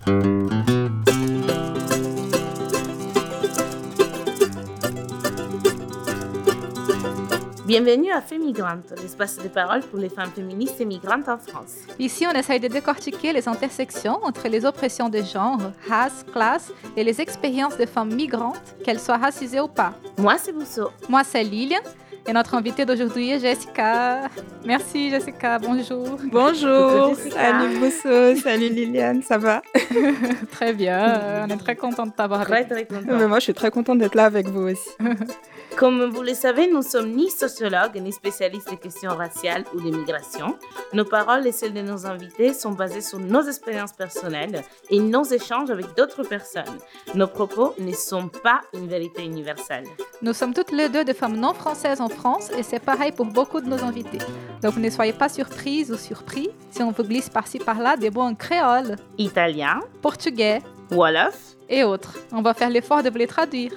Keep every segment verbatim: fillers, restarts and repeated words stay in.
Bienvenue à Fémigrante, l'espace de parole pour les femmes féministes et migrantes en France. Ici, on essaye de décortiquer les intersections entre les oppressions de genre, race, classe et les expériences des femmes migrantes, qu'elles soient racisées ou pas. Moi, c'est Bousso. Moi, c'est Lilian. Et notre invitée d'aujourd'hui est Jessica. Merci Jessica, bonjour. Bonjour, salut Bousso, salut Liliane, ça va? Très bien, on est très contente de t'avoir Très, avec très contente. Mais moi, je suis très contente d'être là avec vous aussi. Comme vous le savez, nous sommes ni sociologues ni spécialistes des questions raciales ou des migrations. Nos paroles et celles de nos invités sont basées sur nos expériences personnelles et nos échanges avec d'autres personnes. Nos propos ne sont pas une vérité universelle. Nous sommes toutes les deux des femmes non françaises en France et c'est pareil pour beaucoup de nos invités. Donc ne soyez pas surprises ou surpris si on vous glisse par-ci par-là des mots en créole, Italien, portugais Wolof et autres. On va faire l'effort de vous les traduire.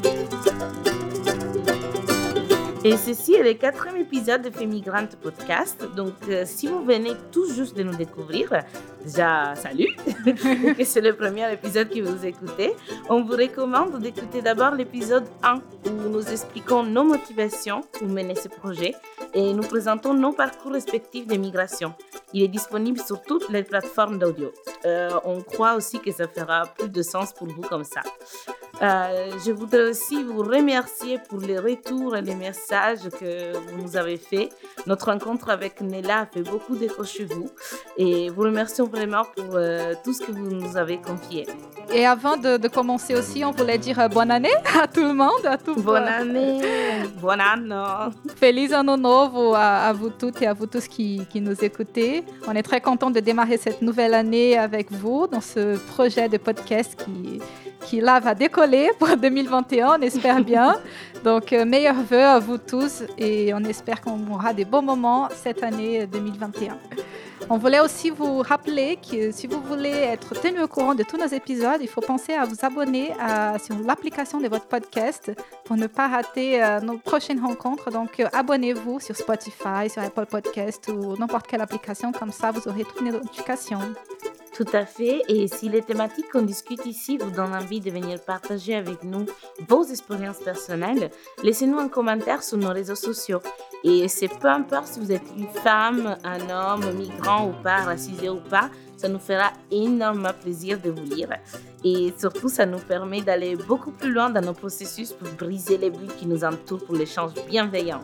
Et ceci est le quatrième épisode de Fémigrante Podcast. Donc, euh, si vous venez tout juste de nous découvrir, déjà, salut, et que c'est le premier épisode que vous écoutez, on vous recommande d'écouter d'abord l'épisode un, où nous expliquons nos motivations pour mener ce projet et nous présentons nos parcours respectifs de migration. Il est disponible sur toutes les plateformes d'audio. Euh, on croit aussi que ça fera plus de sens pour vous comme ça. Euh, je voudrais aussi vous remercier pour les retours et les messages que vous nous avez faits. Notre rencontre avec Nella a fait beaucoup d'écho chez vous et vous remercions vraiment pour euh, tout ce que vous nous avez confié. Et avant de, de commencer aussi, on voulait dire euh, bonne année à tout le monde, à tout Bonne année, buon anno. Feliz Ano Novo à, à vous toutes et à vous tous qui, qui nous écoutez. On est très contents de démarrer cette nouvelle année avec vous dans ce projet de podcast qui, qui là va décoller pour deux mille vingt et un, on espère bien. Donc, euh, meilleurs vœux à vous tous et on espère qu'on aura des beaux moments cette année deux mille vingt et un. On voulait aussi vous rappeler que si vous voulez être tenu au courant de tous nos épisodes, il faut penser à vous abonner à, sur l'application de votre podcast pour ne pas rater euh, nos prochaines rencontres. Donc, euh, abonnez-vous sur Spotify, sur Apple Podcast ou n'importe quelle application. Comme ça, vous aurez toutes les notifications. Tout à fait. Et si les thématiques qu'on discute ici vous donnent envie de venir partager avec nous vos expériences personnelles, laissez-nous un commentaire sur nos réseaux sociaux. Et c'est peu importe si vous êtes une femme, un homme, migrant ou pas, racisé ou pas, ça nous fera énormément plaisir de vous lire. Et surtout, ça nous permet d'aller beaucoup plus loin dans nos processus pour briser les bulles qui nous entourent pour l'échange bienveillant.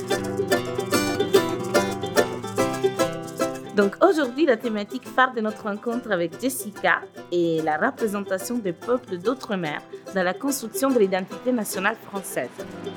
Donc aujourd'hui, la thématique phare de notre rencontre avec Jessica est la représentation des peuples d'outre-mer dans la construction de l'identité nationale française.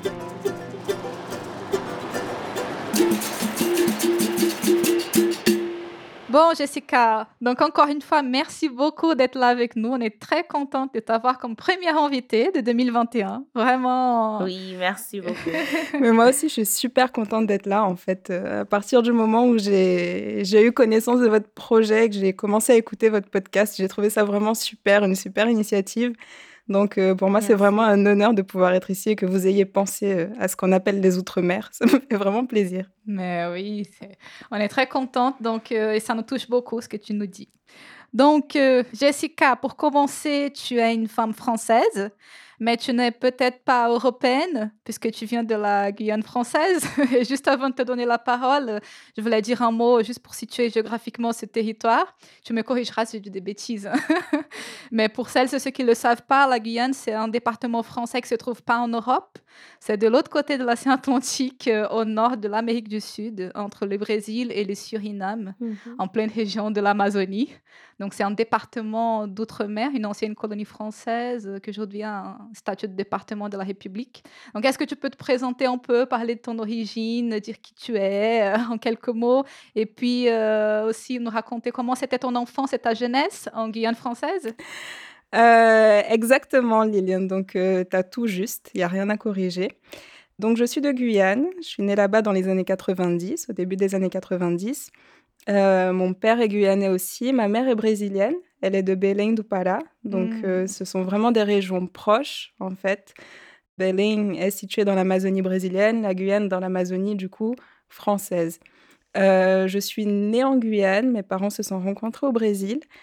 Bon, Jessica, donc encore une fois, merci beaucoup d'être là avec nous. On est très contente de t'avoir comme première invitée de deux mille vingt et un. Vraiment. Oui, merci beaucoup. Mais moi aussi, je suis super contente d'être là, en fait. Euh, à partir du moment où j'ai, j'ai eu connaissance de votre projet, que j'ai commencé à écouter votre podcast, j'ai trouvé ça vraiment super, une super initiative. Donc, euh, pour moi, Merci. c'est vraiment un honneur de pouvoir être ici et que vous ayez pensé euh, à ce qu'on appelle les Outre-mer. Ça me fait vraiment plaisir. Mais oui, c'est... on est très contente donc, euh, et ça nous touche beaucoup ce que tu nous dis. Donc, euh, Jessica, pour commencer, tu es une femme française, mais tu n'es peut-être pas européenne puisque tu viens de la Guyane française. Et juste avant de te donner la parole, je voulais dire un mot juste pour situer géographiquement ce territoire. Tu me corrigeras si je dis des bêtises. Mais pour celles et ceux qui ne le savent pas, la Guyane, c'est un département français qui ne se trouve pas en Europe. C'est de l'autre côté de l'océan Atlantique, euh, au nord de l'Amérique du Sud, entre le Brésil et le Suriname, Mm-hmm. en pleine région de l'Amazonie. Donc, c'est un département d'outre-mer, une ancienne colonie française euh, qui aujourd'hui a un statut de département de la République. Donc, est-ce que tu peux te présenter un peu, parler de ton origine, dire qui tu es euh, en quelques mots, et puis euh, aussi nous raconter comment c'était ton enfance et ta jeunesse en Guyane française? Euh, exactement, Liliane. Donc, euh, tu as tout juste. Il n'y a rien à corriger. Donc, je suis de Guyane. Je suis née là-bas dans les années quatre-vingt-dix, au début des années quatre-vingt-dix. Euh, mon père est guyanais aussi. Ma mère est brésilienne. Elle est de Belém do Pará. Donc, Mm. euh, ce sont vraiment des régions proches, en fait. Belém est située dans l'Amazonie brésilienne, la Guyane dans l'Amazonie, du coup, française. Euh, je suis née en Guyane. Mes parents se sont rencontrés au Brésil.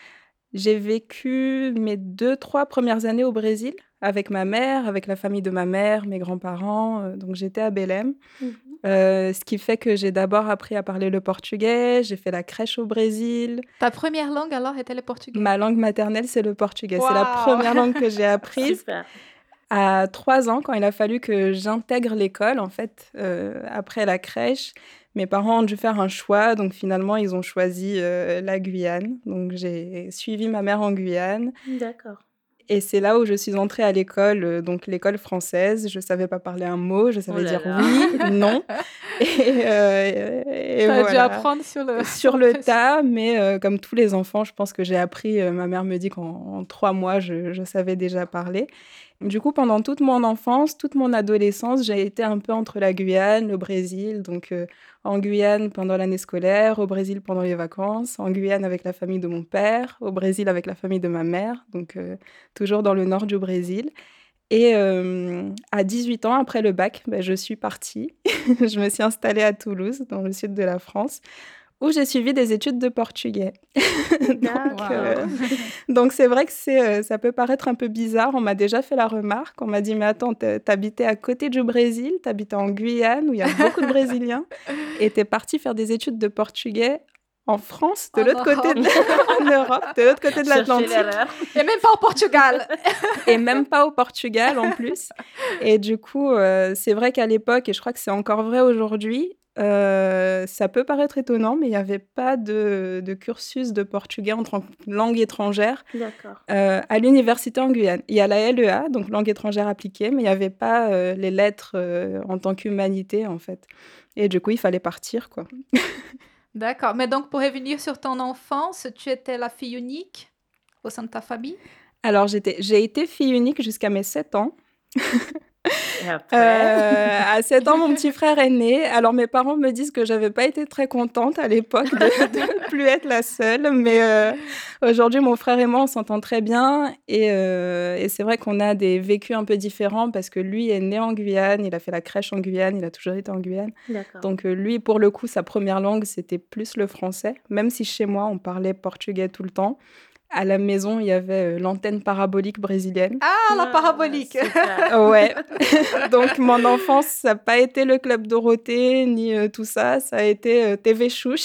J'ai vécu mes deux, trois premières années au Brésil avec ma mère, avec la famille de ma mère, mes grands-parents. euh, Donc, j'étais à Belém. Mhm. Euh, ce qui fait que j'ai d'abord appris à parler le portugais. J'ai fait la crèche au Brésil. Ta première langue alors était le portugais? Ma langue maternelle, c'est le portugais. C'est la Waouh! première langue que j'ai apprise. Super. À trois ans, quand il a fallu que j'intègre l'école, en fait, euh, après la crèche, mes parents ont dû faire un choix. Donc, finalement, ils ont choisi euh, la Guyane. Donc, j'ai suivi ma mère en Guyane. D'accord. Et c'est là où je suis entrée à l'école, euh, donc l'école française. Je ne savais pas parler un mot, je Oh savais là dire là. oui, non. Et, euh, et T'as dû voilà. apprendre sur le... Sur le tas, mais euh, comme tous les enfants, je pense que j'ai appris. euh, ma mère me dit qu'en en trois mois, je, je savais déjà parler. Du coup, pendant toute mon enfance, toute mon adolescence, j'ai été un peu entre la Guyane, le Brésil. Donc, euh, en Guyane pendant l'année scolaire, au Brésil pendant les vacances, en Guyane avec la famille de mon père, au Brésil avec la famille de ma mère, donc euh, toujours dans le nord du Brésil. Et euh, à dix-huit ans, après le bac, ben, je suis partie. Je me suis installée à Toulouse, dans le sud de la France, où j'ai suivi des études de portugais. donc, D'accord. euh, donc c'est vrai que c'est, euh, ça peut paraître un peu bizarre. On m'a déjà fait la remarque. On m'a dit, mais attends, t'es- t'habitais à côté du Brésil, t'habitais en Guyane, où il y a beaucoup de Brésiliens, et t'es parti faire des études de portugais en France, de En l'autre côté de en Europe, de l'autre côté de Cherchez l'Atlantique. l'erreur. Et même pas au Portugal. Et même pas au Portugal en plus. Et du coup, euh, c'est vrai qu'à l'époque, et je crois que c'est encore vrai aujourd'hui, euh, ça peut paraître étonnant, mais il n'y avait pas de, de cursus de portugais en tant que langue étrangère D'accord. euh, à l'université en Guyane. Il y a la L E A, donc langue étrangère appliquée, mais il n'y avait pas euh, les lettres euh, en tant qu'humanité, en fait. Et du coup, il fallait partir, quoi. D'accord. Mais donc, pour revenir sur ton enfance, tu étais la fille unique au sein de ta famille? Alors, j'étais, j'ai été fille unique jusqu'à mes sept ans. Et après, Euh, à sept ans, mon petit frère est né. Alors, mes parents me disent que j'avais pas été très contente à l'époque de ne plus être la seule. Mais euh, aujourd'hui, mon frère et moi, on s'entend très bien. Et, euh, et c'est vrai qu'on a des vécus un peu différents parce que lui est né en Guyane, il a fait la crèche en Guyane, il a toujours été en Guyane. d'accord. Donc, euh, lui, pour le coup, sa première langue, c'était plus le français. Même si chez moi, on parlait portugais tout le temps. À la maison, il y avait euh, l'antenne parabolique brésilienne. Ah, la Ah, parabolique. super. Ouais, donc mon enfance, ça n'a pas été le Club Dorothée, ni euh, tout ça, ça a été euh, T V Chouche.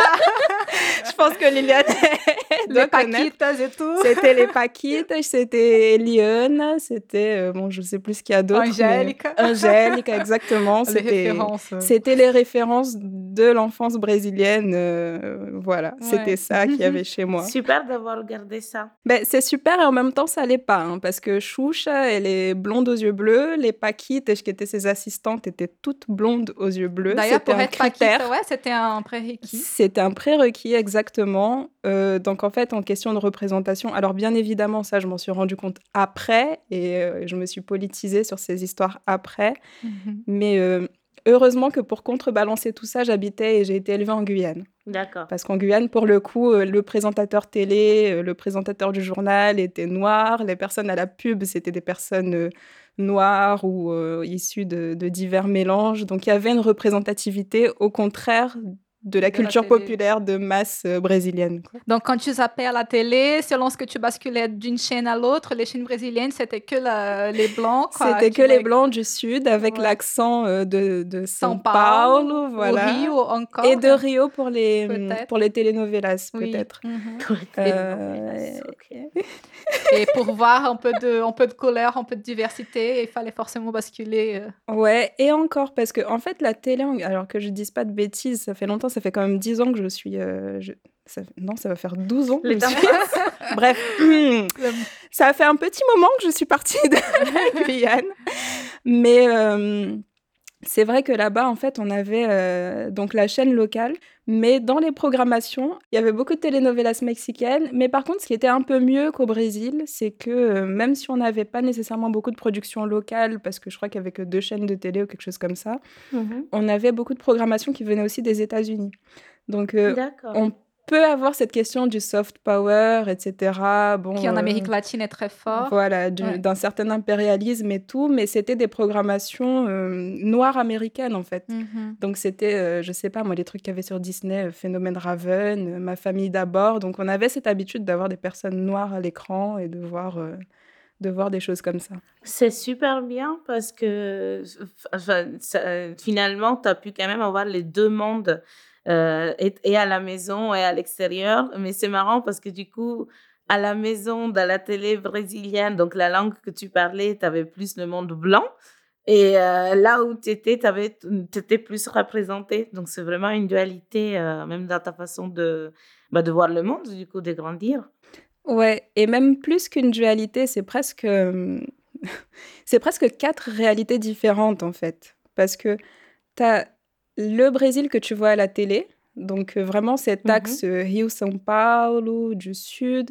Je pense que Liliane Les doit connaître. paquitas et tout. C'était les Paquitas, c'était Eliane, c'était, euh, bon, je ne sais plus ce qu'il y a d'autre. Angélica. mais- Angélica, exactement. Les C'était, références. c'était les références de l'enfance brésilienne. euh, voilà, c'était Ouais. ça qu'il y avait chez moi. Super d'avoir regardé ça. Ben, c'est super et en même temps, ça l'est pas. Hein, parce que Choucha, elle est blonde aux yeux bleus. Les Paquites, qui étaient ses assistantes, étaient toutes blondes aux yeux bleus. D'ailleurs, C'était pour un être critère. paquita, ouais, c'était un prérequis. C'était un prérequis, exactement. Euh, donc, en fait, en question de représentation, alors bien évidemment, ça, je m'en suis rendu compte après et euh, je me suis politisée sur ces histoires après. Mhm. Mais euh, heureusement que pour contrebalancer tout ça, j'habitais et j'ai été élevée en Guyane. D'accord. Parce qu'en Guyane, pour le coup, euh, le présentateur télé, euh, le présentateur du journal était noir. Les personnes à la pub, c'était des personnes euh, noires ou euh, issues de, de divers mélanges. Donc, il y avait une représentativité, au contraire de la De la culture télé. populaire de masse euh, brésilienne, quoi. Donc, quand tu zappais à la télé, selon ce que tu basculais d'une chaîne à l'autre, les chaînes brésiliennes, c'était que la- les blancs. quoi, C'était qui que les voyaient- blancs du Sud, avec Ouais. l'accent euh, de, de São São Paulo, Paulo, voilà. ou Rio encore. Et de Rio pour les, Peut-être. pour les telenovelas, Oui. peut-être. Mhm. Pour les Euh, telenovelas, ok. Et pour voir un peu, de, un peu de couleur, un peu de diversité, il fallait forcément basculer. euh. Ouais, et encore, parce que en fait, la télé, en- alors que je dise pas de bêtises, ça fait longtemps, ça fait quand même dix ans que je suis... euh, je- ça- Non, ça va faire douze ans que Les je suis... temps Bref, ça a fait un petit moment que je suis partie de la Guyane. Mais euh, c'est vrai que là-bas, en fait, on avait euh, donc la chaîne locale. Mais dans les programmations, il y avait beaucoup de telenovelas mexicaines. Mais par contre, ce qui était un peu mieux qu'au Brésil, c'est que euh, même si on n'avait pas nécessairement beaucoup de productions locales, parce que je crois qu'il n'y avait que deux chaînes de télé ou quelque chose comme ça, Mhm. on avait beaucoup de programmations qui venaient aussi des États-Unis. Donc, euh, D'accord. on peut avoir cette question du soft power, et cetera. Bon, Qui en euh, Amérique latine est très fort. Voilà, du- Ouais. d'un certain impérialisme et tout, mais c'était des programmations euh, noires américaines, en fait. Mhm. Donc, c'était, euh, je sais pas, moi, les trucs qu'il y avait sur Disney, euh, Phénomène Raven, euh, Ma famille d'abord. Donc, on avait cette habitude d'avoir des personnes noires à l'écran et de voir, euh, de voir des choses comme ça. C'est super bien parce que enfin, ça- finalement, tu as pu quand même avoir les deux mondes, euh, et, et à la maison et à l'extérieur. Mais c'est marrant parce que du coup, à la maison, dans la télé brésilienne, donc la langue que tu parlais, tu avais plus le monde blanc. Et euh, là où tu étais, tu étais plus représenté. Donc c'est vraiment une dualité, euh, même dans ta façon de, bah, de voir le monde, du coup, de grandir. Ouais, et même plus qu'une dualité, c'est presque, euh, c'est presque quatre réalités différentes, en fait. Parce que tu as le Brésil que tu vois à la télé, donc euh, vraiment cet Mhm. axe euh, Rio-São Paulo, du sud.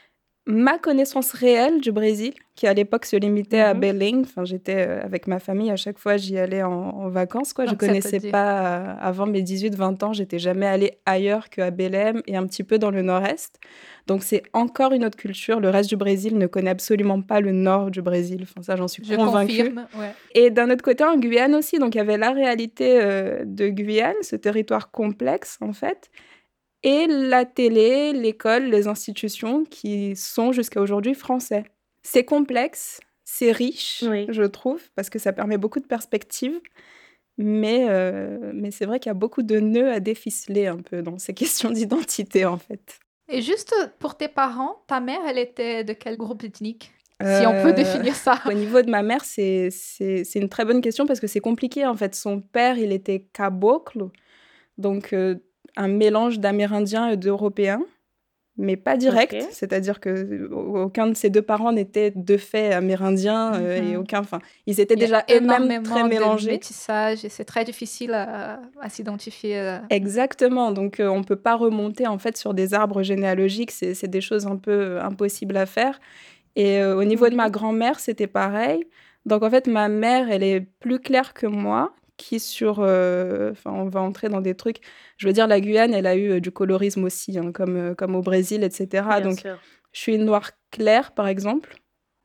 Ma connaissance réelle du Brésil, qui à l'époque se limitait à Mhm. Belém, enfin j'étais euh, avec ma famille, à chaque fois j'y allais en, en vacances, quoi. Je Donc, ça te connaissais dit. pas, euh, avant mes dix-huit vingt ans, j'étais jamais allée ailleurs qu'à Belém et un petit peu dans le nord-est. Donc c'est encore une autre culture. Le reste du Brésil ne connaît absolument pas le nord du Brésil. Enfin ça, j'en suis Je convaincue. confirme, ouais. Et d'un autre côté, en Guyane aussi, donc il y avait la réalité euh, de Guyane, ce territoire complexe en fait, et la télé, l'école, les institutions qui sont jusqu'à aujourd'hui français. C'est complexe, c'est riche, Oui. je trouve, parce que ça permet beaucoup de perspectives, mais, euh, mais c'est vrai qu'il y a beaucoup de nœuds à déficeler un peu dans ces questions d'identité en fait. Et juste pour tes parents, ta mère, elle était de quel groupe ethnique? Si on peut Euh, définir ça. Au niveau de ma mère, c'est, c'est, c'est une très bonne question parce que c'est compliqué en fait. Son père, il était caboclo, donc euh, un mélange d'Amérindiens et d'Européens, mais pas OK. direct. C'est-à-dire que euh, aucun de ses deux parents n'était de fait amérindien euh, et Mhm. aucun. Enfin, ils étaient Il y a déjà eux-mêmes très énormément de mélangés. métissage et c'est très difficile à, à s'identifier. euh. Exactement. Donc, euh, on peut pas remonter en fait sur des arbres généalogiques. C'est, c'est des choses un peu euh, impossibles à faire. Et euh, au niveau de ma Mhm. grand-mère, c'était pareil. Donc, en fait, ma mère, elle est plus claire que moi, qui sur... euh, Enfin, on va entrer dans des trucs... Je veux dire, la Guyane, elle a eu euh, du colorisme aussi, hein, comme, euh, comme au Brésil, et cetera. Bien Donc, sûr. je suis une noire claire, par exemple.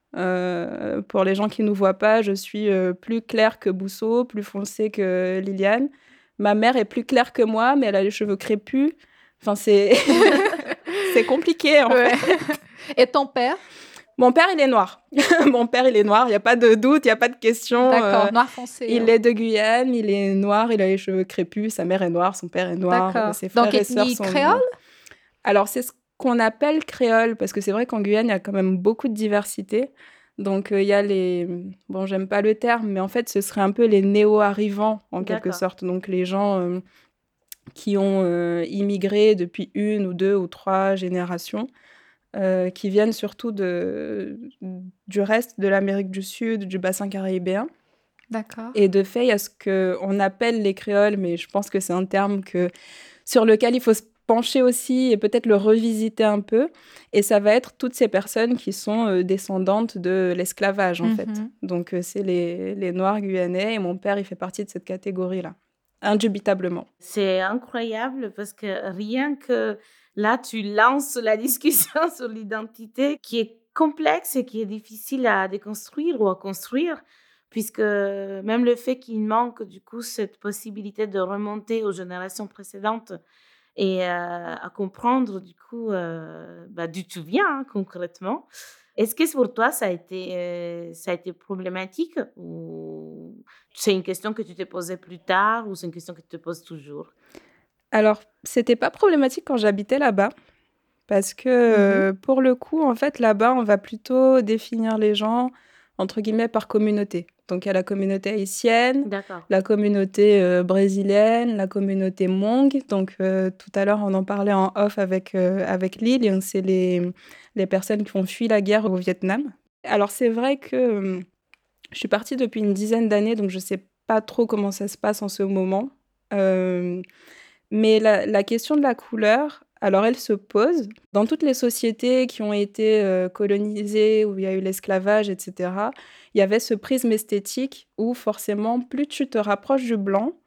Euh, pour les gens qui ne nous voient pas, je suis euh, plus claire que Bousso, plus foncée que Liliane. Ma mère est plus claire que moi, mais elle a les cheveux crépus. Enfin, c'est... c'est compliqué, en Ouais. fait. Et ton père? Mon père, il est noir. Mon père, il est noir. Il n'y a pas de doute, il n'y a pas de question. D'accord, Euh, noir foncé. il hein. est de Guyane, il est noir, il a les cheveux crépus. Sa mère est noire, son père est noir. euh, D'accord. Ses Donc, frères et sœurs ethnie sont créole? noirs. Alors, c'est ce qu'on appelle créole, parce que c'est vrai qu'en Guyane, il y a quand même beaucoup de diversité. Donc, euh, il y a les... Bon, j'aime pas le terme, mais en fait, ce serait un peu les néo-arrivants, en quelque D'accord. sorte. Donc, les gens euh, qui ont euh, immigré depuis une ou deux ou trois générations, euh, qui viennent surtout de, du reste de l'Amérique du Sud, du bassin caribéen. D'accord. Et de fait, il y a ce qu'on appelle les créoles, mais je pense que c'est un terme que, sur lequel il faut se pencher aussi et peut-être le revisiter un peu. Et ça va être toutes ces personnes qui sont euh, descendantes de l'esclavage, en fait. Mhm. Donc, euh, c'est les, les Noirs guyanais, et mon père, il fait partie de cette catégorie-là, indubitablement. C'est incroyable parce que rien que là, tu lances la discussion sur l'identité qui est complexe et qui est difficile à déconstruire ou à construire, puisque même le fait qu'il manque du coup cette possibilité de remonter aux générations précédentes et euh, à comprendre du coup euh, bah, d'où tu viens hein, concrètement. Est-ce que pour toi ça a été, euh, ça a été problématique ou c'est une question que tu t'es posée plus tard ou c'est une question que tu te poses toujours? Alors, c'était pas problématique quand j'habitais là-bas, parce que Mhm. euh, pour le coup, en fait, là-bas, on va plutôt définir les gens, entre guillemets, par communauté. Donc, il y a la communauté haïtienne, D'accord. la communauté euh, brésilienne, la communauté Hmong. Donc, euh, tout à l'heure, on en parlait en off avec, euh, avec Lille, et c'est les, les personnes qui ont fui la guerre au Vietnam. Alors, c'est vrai que euh, je suis partie depuis une dizaine d'années, donc je sais pas trop comment ça se passe en ce moment. Euh, mais la, la question de la couleur, alors elle se pose. Dans toutes les sociétés qui ont été euh, colonisées, où il y a eu l'esclavage, et cetera, il y avait ce prisme esthétique où forcément, plus tu te rapproches du blanc,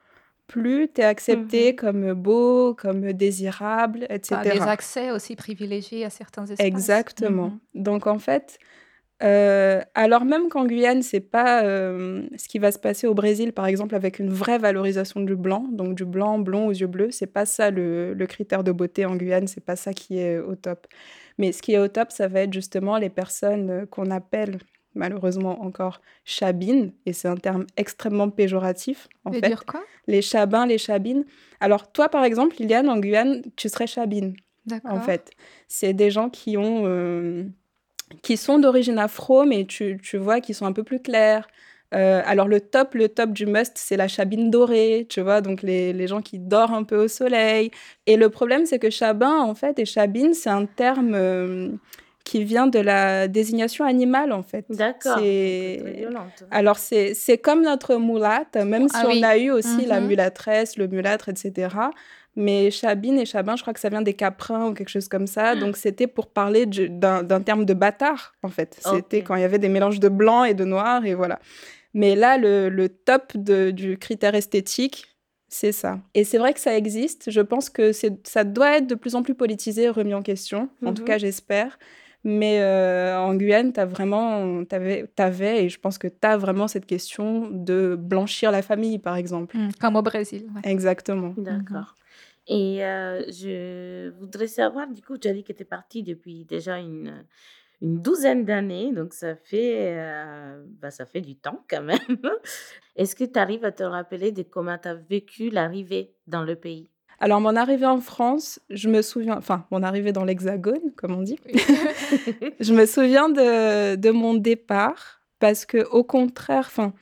plus tu es accepté Mhm. comme beau, comme désirable, et Tu as des cetera. accès aussi privilégiés à certains espaces. Exactement. Mhm. Donc en fait, euh, alors même qu'en Guyane, c'est pas euh, ce qui va se passer au Brésil, par exemple, avec une vraie valorisation du blanc, donc du blanc, blond aux yeux bleus, c'est pas ça le, le critère de beauté en Guyane, c'est pas ça qui est au top. Mais ce qui est au top, ça va être justement les personnes euh, qu'on appelle malheureusement encore chabines, et c'est un terme extrêmement péjoratif en Veut fait. dire quoi? Les chabins, les chabines. Alors toi, par exemple, Liliane, en Guyane, tu serais chabine, en D'accord. fait. C'est des gens qui ont... euh, qui sont d'origine afro, mais tu, tu vois, qui sont un peu plus clairs. Euh, alors le top, le top du must, c'est la chabine dorée, tu vois, donc les, les gens qui dorment un peu au soleil. Et le problème, c'est que chabin, en fait, et chabine, c'est un terme euh, qui vient de la désignation animale, en fait. D'accord, donc très C'est... violente. Alors c'est, c'est comme notre moulate, même si Ah on oui. a eu aussi la Mhm. mulâtresse, le mulâtre, et cetera. Mais chabine et chabin, je crois que ça vient des caprins ou quelque chose comme ça. Donc, c'était pour parler du- d'un d'un terme de bâtard, en fait. C'était Ok. quand il y avait des mélanges de blanc et de noir, et voilà. Mais là, le, le top de- du critère esthétique, c'est ça. Et c'est vrai que ça existe. Je pense que c'est, ça doit être de plus en plus politisé, remis en question. En tout Mhm. cas, j'espère. Mais euh, en Guyane, t'as vraiment, t'avais, t'avais, et je pense que t'as vraiment cette question de blanchir la famille, par exemple. Mm, Comme au Brésil. Ouais. Exactement. D'accord. Et euh, je voudrais savoir, du coup, tu as dit que tu es partie depuis déjà une, une douzaine d'années, donc ça fait, euh, bah, ça fait du temps quand même. Est-ce que tu arrives à te rappeler de comment tu as vécu l'arrivée dans le pays? Alors, mon arrivée en France, je me souviens, enfin, mon arrivée dans l'Hexagone, comme on dit, Oui. je me souviens de, de mon départ parce que, au contraire, enfin,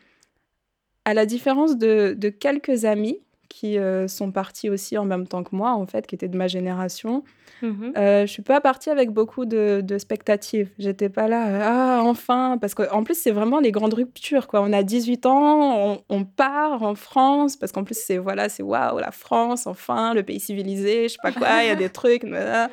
à la différence de, de quelques amis qui euh, sont partis aussi en même temps que moi, en fait, qui étaient de ma génération, Mhm. euh, je suis pas partie avec beaucoup de, de spectatives. J'étais pas là, euh, ah, enfin, parce qu'en plus, c'est vraiment les grandes ruptures, quoi. On a dix-huit ans, on, on part en France, parce qu'en plus, c'est, voilà, c'est waouh, la France, enfin, le pays civilisé, je sais pas quoi, il y a des trucs, blablabla.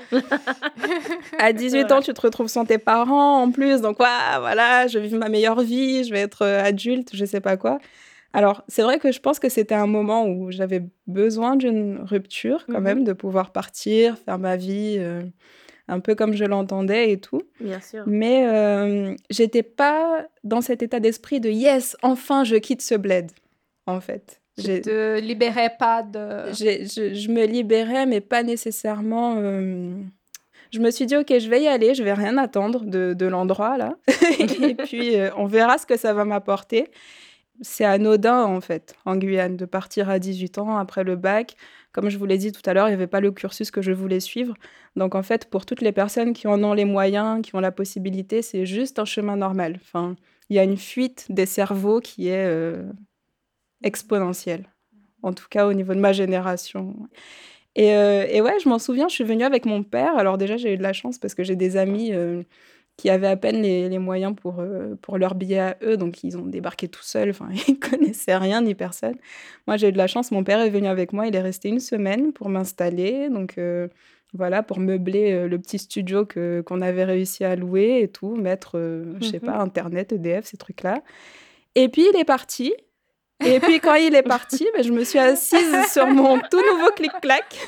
À dix-huit ans, Ouais. tu te retrouves sans tes parents, en plus, donc, waouh, voilà, je vais vivre ma meilleure vie, je vais être euh, adulte, je sais pas quoi. Alors, c'est vrai que je pense que c'était un moment où j'avais besoin d'une rupture, quand Mhm. même, de pouvoir partir, faire ma vie euh, un peu comme je l'entendais et tout. Bien sûr. Mais euh, j'étais pas dans cet état d'esprit de yes, enfin, je quitte ce bled, en fait. Tu J'ai, te libérais pas de... j'ai- je, je me libérais, mais pas nécessairement. euh, Je me suis dit, ok, je vais y aller, je vais rien attendre de, de l'endroit là. Et puis, euh, on verra ce que ça va m'apporter. C'est anodin, en fait, en Guyane, de partir à dix-huit ans après le bac. Comme je vous l'ai dit tout à l'heure, il n'y avait pas le cursus que je voulais suivre. Donc, en fait, pour toutes les personnes qui en ont les moyens, qui ont la possibilité, c'est juste un chemin normal. Enfin, il y a une fuite des cerveaux qui est euh, exponentielle. En tout cas, au niveau de ma génération. Et, euh, et ouais, je m'en souviens, je suis venue avec mon père. Alors déjà, j'ai eu de la chance parce que j'ai des amis euh, qui avaient à peine les, les moyens pour, euh, pour leur billet à eux. Donc, ils ont débarqué tout seuls. Enfin, ils ne connaissaient rien ni personne. Moi, j'ai eu de la chance. Mon père est venu avec moi. Il est resté une semaine pour m'installer. Donc, euh, voilà, pour meubler euh, le petit studio que, qu'on avait réussi à louer et tout. Mettre, euh, je sais Mhm. pas, Internet, E D F, ces trucs-là. Et puis, il est parti. Et puis, quand il est parti, ben, je me suis assise sur mon tout nouveau clic-clac.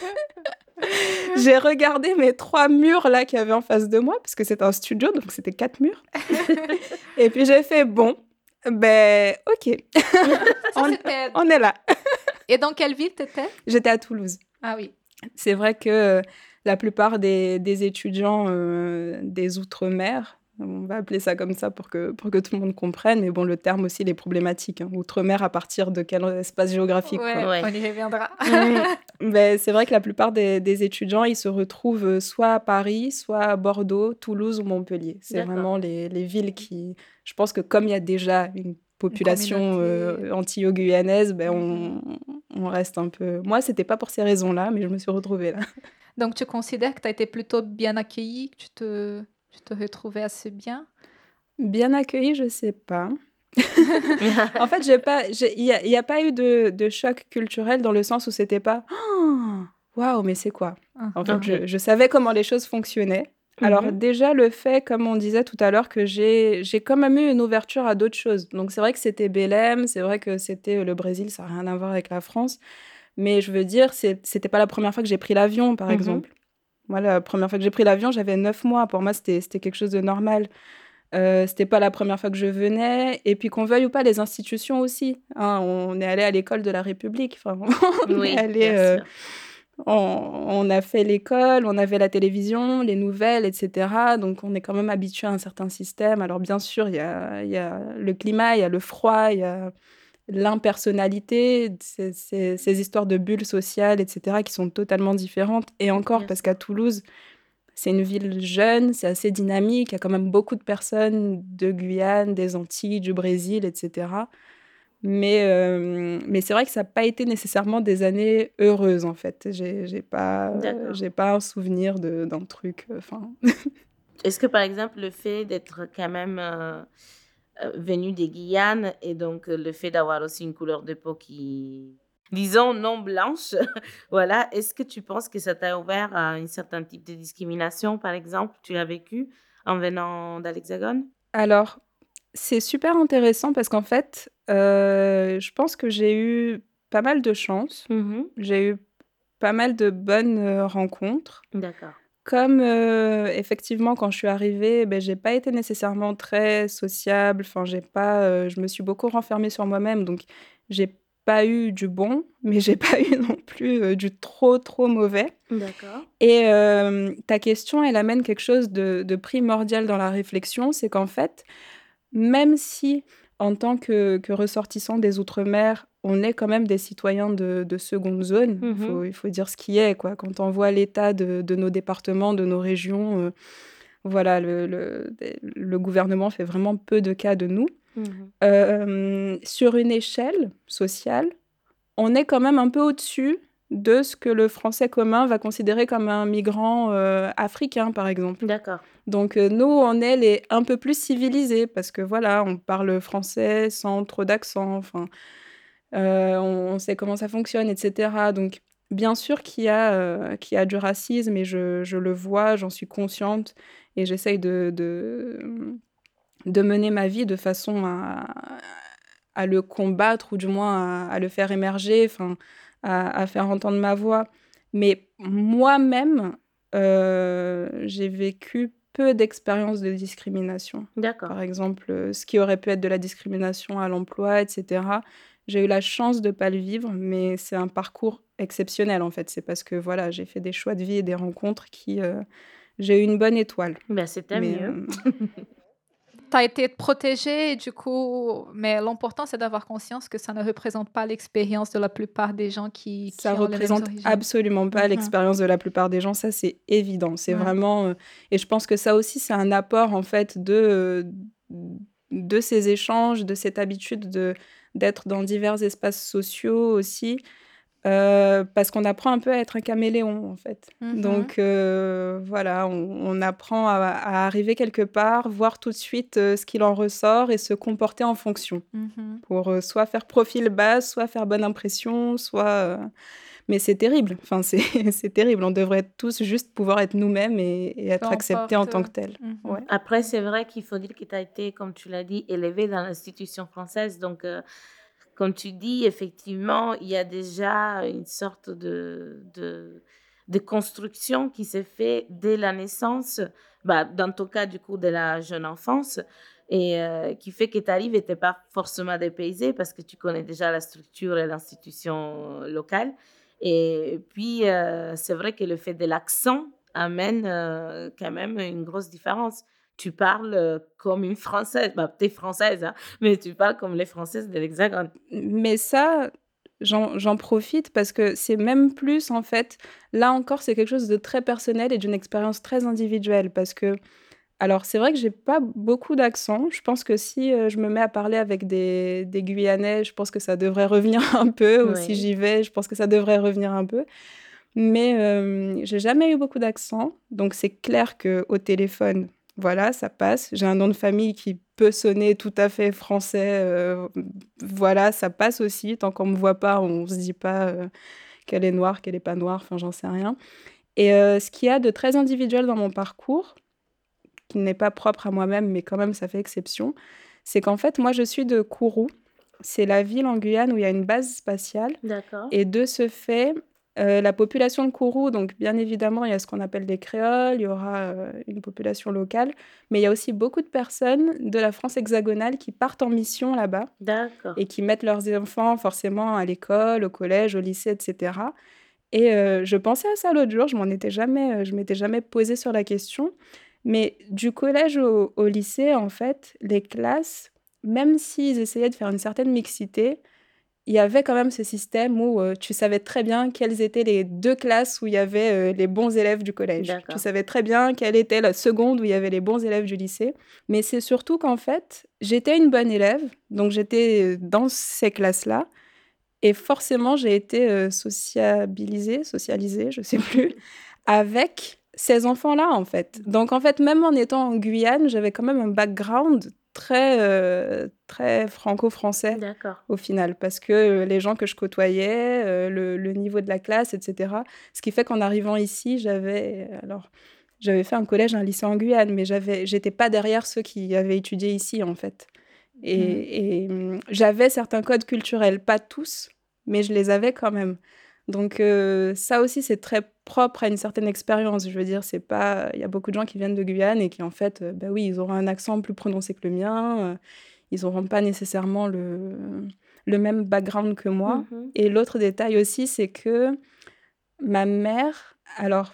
J'ai regardé mes trois murs là qu'il y avait en face de moi, parce que c'était un studio, donc c'était quatre murs. Et puis j'ai fait, bon, ben ok, Ça, on, c'était... on est là. Et dans quelle ville t'étais? J'étais à Toulouse. Ah oui. C'est vrai que euh, la plupart des, des étudiants euh, des Outre-mer, on va appeler ça comme ça pour que, pour que tout le monde comprenne, mais bon, le terme aussi, il est problématique. Hein. Outre-mer, à partir de quel espace géographique, quoi. Ouais, Ouais. on y reviendra. Mmh. Ben, c'est vrai que la plupart des, des étudiants, ils se retrouvent euh, soit à Paris, soit à Bordeaux, Toulouse ou Montpellier. C'est D'accord. vraiment les, les villes qui... Je pense que comme il y a déjà une population communauté. euh, antillo-guyanaise, ben, on, on reste un peu... Moi, c'était pas pour ces raisons-là, mais je me suis retrouvée là. Donc, tu considères que tu as été plutôt bien accueillie, que tu te, tu te retrouvais assez bien? Bien accueillie, je sais pas. En fait, j'ai pas, j'ai- il n'y a, il y a pas eu de, de choc culturel dans le sens où c'était pas «Oh, waouh, mais c'est quoi?» En fait, Mhm. Ok. je, je savais comment les choses fonctionnaient. Alors Mhm. déjà, le fait, comme on disait tout à l'heure, que j'ai, j'ai quand même eu une ouverture à d'autres choses. Donc c'est vrai que c'était Belém, c'est vrai que c'était euh, le Brésil, ça n'a rien à voir avec la France. Mais je veux dire, c'est, c'était pas la première fois que j'ai pris l'avion, par Mhm. exemple. Moi, la première fois que j'ai pris l'avion, j'avais neuf mois. Pour moi, c'était, c'était quelque chose de normal. Euh, c'était pas la première fois que je venais. Et puis, qu'on veuille ou pas, les institutions aussi. Hein, on est allé à l'école de la République. Enfin, on est Oui, allé... bien euh, sûr. on, on a fait l'école, on avait la télévision, les nouvelles, et cetera. Donc, on est quand même habitué à un certain système. Alors, bien sûr, il y a, il y a le climat, il y a le froid, il y a l'impersonnalité, ces, ces, ces histoires de bulles sociales, et cetera, qui sont totalement différentes. Et encore, Bien parce sûr. qu'à Toulouse, c'est une ville jeune, c'est assez dynamique, il y a quand même beaucoup de personnes de Guyane, des Antilles, du Brésil, et cetera. Mais, euh, mais c'est vrai que ça n'a pas été nécessairement des années heureuses, en fait. J'ai, j'ai pas, euh, D'accord. j'ai pas un souvenir de, d'un truc... Enfin, Est-ce que, par exemple, le fait d'être quand même euh, euh, venu des Guyanes et donc euh, le fait d'avoir aussi une couleur de peau qui, disons, non blanche, voilà, est-ce que tu penses que ça t'a ouvert à un certain type de discrimination, par exemple, tu l'as vécu en venant dans l'Hexagone? alors, c'est super intéressant parce qu'en fait, euh, je pense que j'ai eu pas mal de chance. Mhm. J'ai eu pas mal de bonnes euh, rencontres. D'accord. Comme euh, effectivement, quand je suis arrivée, ben, j'ai pas été nécessairement très sociable. Enfin, j'ai pas, euh, je me suis beaucoup renfermée sur moi-même, donc j'ai pas eu du bon, mais j'ai pas eu non plus euh, du trop trop mauvais. D'accord. Et euh, ta question, elle amène quelque chose de, de primordial dans la réflexion, c'est qu'en fait, même si en tant que, que ressortissant des Outre-mer, on est quand même des citoyens de, de seconde zone, il faut, Mhm. il faut dire ce qui est, quoi. Quand on voit l'état de, de nos départements, de nos régions, euh, voilà, le, le, le gouvernement fait vraiment peu de cas de nous. Mhm. Euh, sur une échelle sociale, on est quand même un peu au-dessus de ce que le français commun va considérer comme un migrant euh, africain, par exemple. D'accord. Donc euh, nous, on est les un peu plus civilisés parce que voilà, on parle français sans trop d'accent, enfin, euh, on, on sait comment ça fonctionne, et cetera. Donc bien sûr qu'il y a, euh, qu'il y a du racisme et je, je le vois, j'en suis consciente et j'essaye de, de, de mener ma vie de façon à, à le combattre ou du moins à, à le faire émerger, enfin, à, à faire entendre ma voix. Mais moi-même, euh, j'ai vécu peu d'expériences de discrimination. D'accord. Par exemple, euh, ce qui aurait pu être de la discrimination à l'emploi, et cetera. J'ai eu la chance de ne pas le vivre, mais c'est un parcours exceptionnel en fait. C'est parce que voilà, j'ai fait des choix de vie et des rencontres qui... euh, j'ai eu une bonne étoile. Ben, c'était Mais mieux. euh, Tu as été protégée, et du coup, mais l'important, c'est d'avoir conscience que ça ne représente pas l'expérience de la plupart des gens qui, ça qui ont les mêmes représente origines. absolument pas Mhm. l'expérience de la plupart des gens, ça c'est évident. C'est Ouais. vraiment... euh, et je pense que ça aussi, c'est un apport en fait de, euh, de ces échanges, de cette habitude de, d'être dans divers espaces sociaux aussi. Euh, parce qu'on apprend un peu à être un caméléon, en fait. Mhm. Donc, euh, voilà, on, on apprend à, à arriver quelque part, voir tout de suite euh, ce qu'il en ressort et se comporter en fonction. Mhm. Pour euh, soit faire profil bas, soit faire bonne impression, soit... euh, Mais c'est terrible. Enfin, c'est, c'est terrible. On devrait tous juste pouvoir être nous-mêmes et, et être Peu acceptés en importe. tant que tels. Mhm. Ouais. Après, c'est vrai qu'il faut dire que tu as été, comme tu l'as dit, élevé dans l'institution française. Donc, euh, comme tu dis, effectivement, il y a déjà une sorte de, de, de construction qui s'est faite dès la naissance, bah, dans ton cas, du coup, de la jeune enfance, et euh, qui fait que tu arrives et tu n'es pas forcément dépaysé parce que tu connais déjà la structure et l'institution locale. Et puis, euh, c'est vrai que le fait de l'accent amène euh, quand même une grosse différence. Tu parles euh, comme une Française, bah, tu es française, hein, mais tu parles comme les Françaises de l'Hexagone. Mais ça, j'en, j'en profite parce que c'est même plus, en fait, là encore, c'est quelque chose de très personnel et d'une expérience très individuelle. Parce que, alors, c'est vrai que j'ai pas beaucoup d'accent. Je pense que si euh, je me mets à parler avec des, des Guyanais, je pense que ça devrait revenir un peu. Ou si Oui, j'y vais, je pense que ça devrait revenir un peu. Mais euh, j'ai jamais eu beaucoup d'accent. Donc, c'est clair qu'au téléphone, voilà, ça passe. J'ai un nom de famille qui peut sonner tout à fait français. euh, voilà, ça passe aussi. Tant qu'on me voit pas, on se dit pas euh, qu'elle est noire, qu'elle est pas noire. Enfin, j'en sais rien. Et euh, ce qu'il y a de très individuel dans mon parcours, qui n'est pas propre à moi-même, mais quand même, ça fait exception, c'est qu'en fait, moi, je suis de Kourou. c'est la ville en Guyane où il y a une base spatiale. D'accord. Et de ce fait, euh, la population de Kourou, donc bien évidemment, il y a ce qu'on appelle des créoles, il y aura euh, une population locale, mais il y a aussi beaucoup de personnes de la France hexagonale qui partent en mission là-bas D'accord. et qui mettent leurs enfants forcément à l'école, au collège, au lycée, et cetera. Et euh, je pensais à ça l'autre jour, je m'en étais jamais, euh, je m'étais jamais posée sur la question, mais du collège au, au lycée, en fait, les classes, même s'ils essayaient de faire une certaine mixité, il y avait quand même ce système où euh, tu savais très bien quelles étaient les deux classes où il y avait euh, les bons élèves du collège. D'accord. Tu savais très bien quelle était la seconde où il y avait les bons élèves du lycée. Mais c'est surtout qu'en fait, j'étais une bonne élève, donc j'étais dans ces classes-là. Et forcément, j'ai été euh, sociabilisée, socialisée, je sais plus, avec ces enfants-là, en fait. Donc, en fait, même en étant en Guyane, j'avais quand même un background très, euh, très franco-français D'accord. au final, parce que euh, les gens que je côtoyais, euh, le, le niveau de la classe, et cetera. Ce qui fait qu'en arrivant ici, j'avais... Alors, j'avais fait un collège, un lycée en Guyane, mais j'avais, j'étais pas derrière ceux qui avaient étudié ici, en fait. Et, Mhm. et, hum, j'avais certains codes culturels, pas tous, mais je les avais quand même. Donc euh, ça aussi, c'est très propre à une certaine expérience. Je veux dire, c'est pas... Il y a beaucoup de gens qui viennent de Guyane et qui, en fait, euh, bah oui, ils auront un accent plus prononcé que le mien. euh, ils n'auront pas nécessairement le, le même background que moi. Mhm. Et l'autre détail aussi, c'est que ma mère... Alors,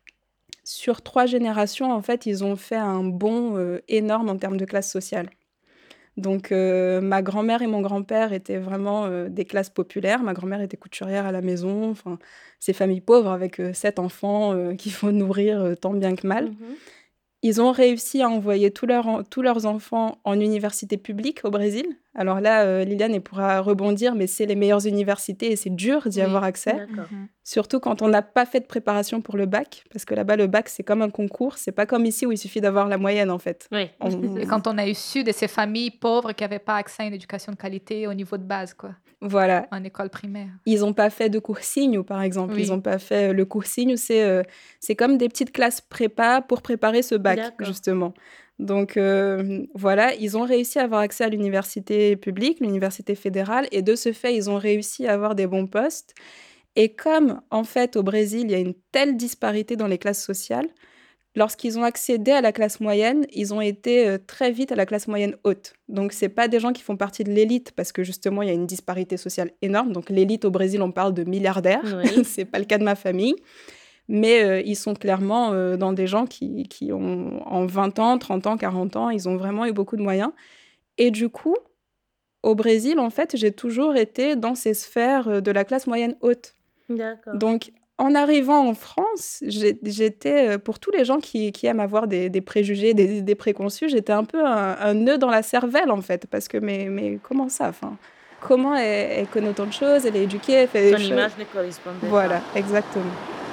sur trois générations, en fait, ils ont fait un bond euh, énorme en termes de classe sociale. Donc, euh, ma grand-mère et mon grand-père étaient vraiment euh, des classes populaires. Ma grand-mère était couturière à la maison. Enfin, ces familles pauvres avec euh, sept enfants euh, qu'il faut nourrir euh, tant bien que mal. Mhm. Ils ont réussi à envoyer tous leurs, en- tous leurs enfants en université publique au Brésil. Alors là, euh, Liliane elle pourra rebondir, mais c'est les meilleures universités et c'est dur d'y Oui, avoir accès. d'accord. Mhm. Surtout quand on n'a pas fait de préparation pour le bac, parce que là-bas, le bac, c'est comme un concours. C'est pas comme ici où il suffit d'avoir la moyenne, en fait. Oui. On- Et quand on est issu de ces familles pauvres qui n'avaient pas accès à une éducation de qualité au niveau de base, quoi, Voilà. en école primaire. Ils n'ont pas fait de cours signes, par exemple. Ils Oui. n'ont pas fait... Le cours signes, c'est euh, c'est comme des petites classes prépa pour préparer ce bac, D'accord. justement. Donc, euh, voilà, ils ont réussi à avoir accès à l'université publique, l'université fédérale, et de ce fait, ils ont réussi à avoir des bons postes. Et comme, en fait, au Brésil, il y a une telle disparité dans les classes sociales, lorsqu'ils ont accédé à la classe moyenne, ils ont été euh, très vite à la classe moyenne haute. Donc, c'est pas des gens qui font partie de l'élite, parce que justement, il y a une disparité sociale énorme. Donc, l'élite au Brésil, on parle de milliardaires. Oui. C'est pas le cas de ma famille. Mais euh, ils sont clairement euh, dans des gens qui, qui ont, en vingt ans, trente ans, quarante ans, ils ont vraiment eu beaucoup de moyens. Et du coup, au Brésil, en fait, j'ai toujours été dans ces sphères euh, de la classe moyenne haute. D'accord. Donc, en arrivant en France, j'ai- j'étais, euh, pour tous les gens qui, qui aiment avoir des, des préjugés, des idées préconçues, j'étais un peu un, un nœud dans la cervelle, en fait. Parce que, mais, mais comment ça enfin, comment elle, elle connaît autant de choses, elle est éduquée, elle fait Ton des choses. image ne correspondait Voilà, pas. exactement.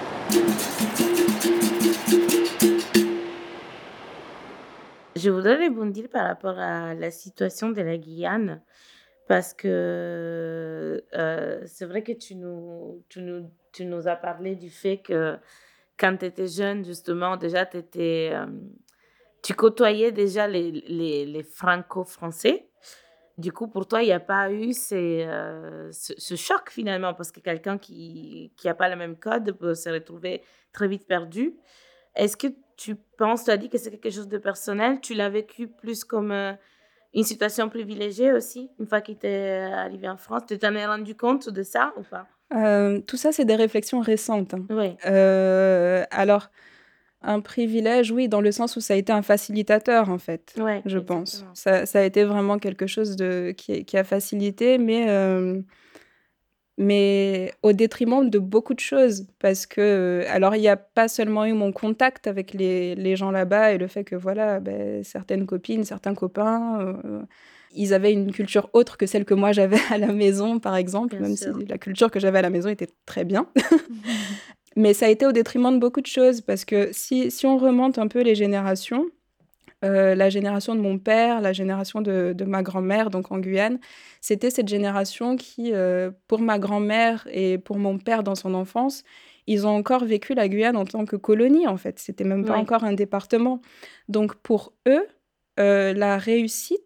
Je voudrais rebondir par rapport à la situation de la Guyane, parce que euh, c'est vrai que tu nous, tu, nous, tu nous as parlé du fait que quand tu étais jeune, justement, déjà, t'étais, euh, tu côtoyais déjà les, les, les franco-français. Du coup, pour toi, il n'y a pas eu ces, euh, ce, ce choc finalement, parce que quelqu'un qui n'a pas le même code peut se retrouver très vite perdu. Est-ce que tu penses, tu as dit que c'est quelque chose de personnel, tu l'as vécu plus comme euh, une situation privilégiée aussi, une fois qu'il t'est arrivé en France, tu t'en es rendu compte de ça ou pas? Euh, tout ça, c'est des réflexions récentes. hein. Oui, Euh, alors, un privilège, oui, dans le sens où ça a été un facilitateur, en fait, ouais, je pense. exactement. Ça, ça a été vraiment quelque chose de, qui, qui a facilité, mais, euh, mais au détriment de beaucoup de choses. Parce que, alors, il n'y a pas seulement eu mon contact avec les, les gens là-bas et le fait que, voilà, ben, certaines copines, certains copains, euh, ils avaient une culture autre que celle que moi j'avais à la maison, par exemple, Bien même sûr. si la culture que j'avais à la maison était très bien. Mais ça a été au détriment de beaucoup de choses, parce que si, si on remonte un peu les générations, euh, la génération de mon père, la génération de, de ma grand-mère, donc en Guyane, c'était cette génération qui, euh, pour ma grand-mère et pour mon père dans son enfance, ils ont encore vécu la Guyane en tant que colonie, en fait. C'était même pas Oui, encore un département. Donc pour eux, euh, la réussite,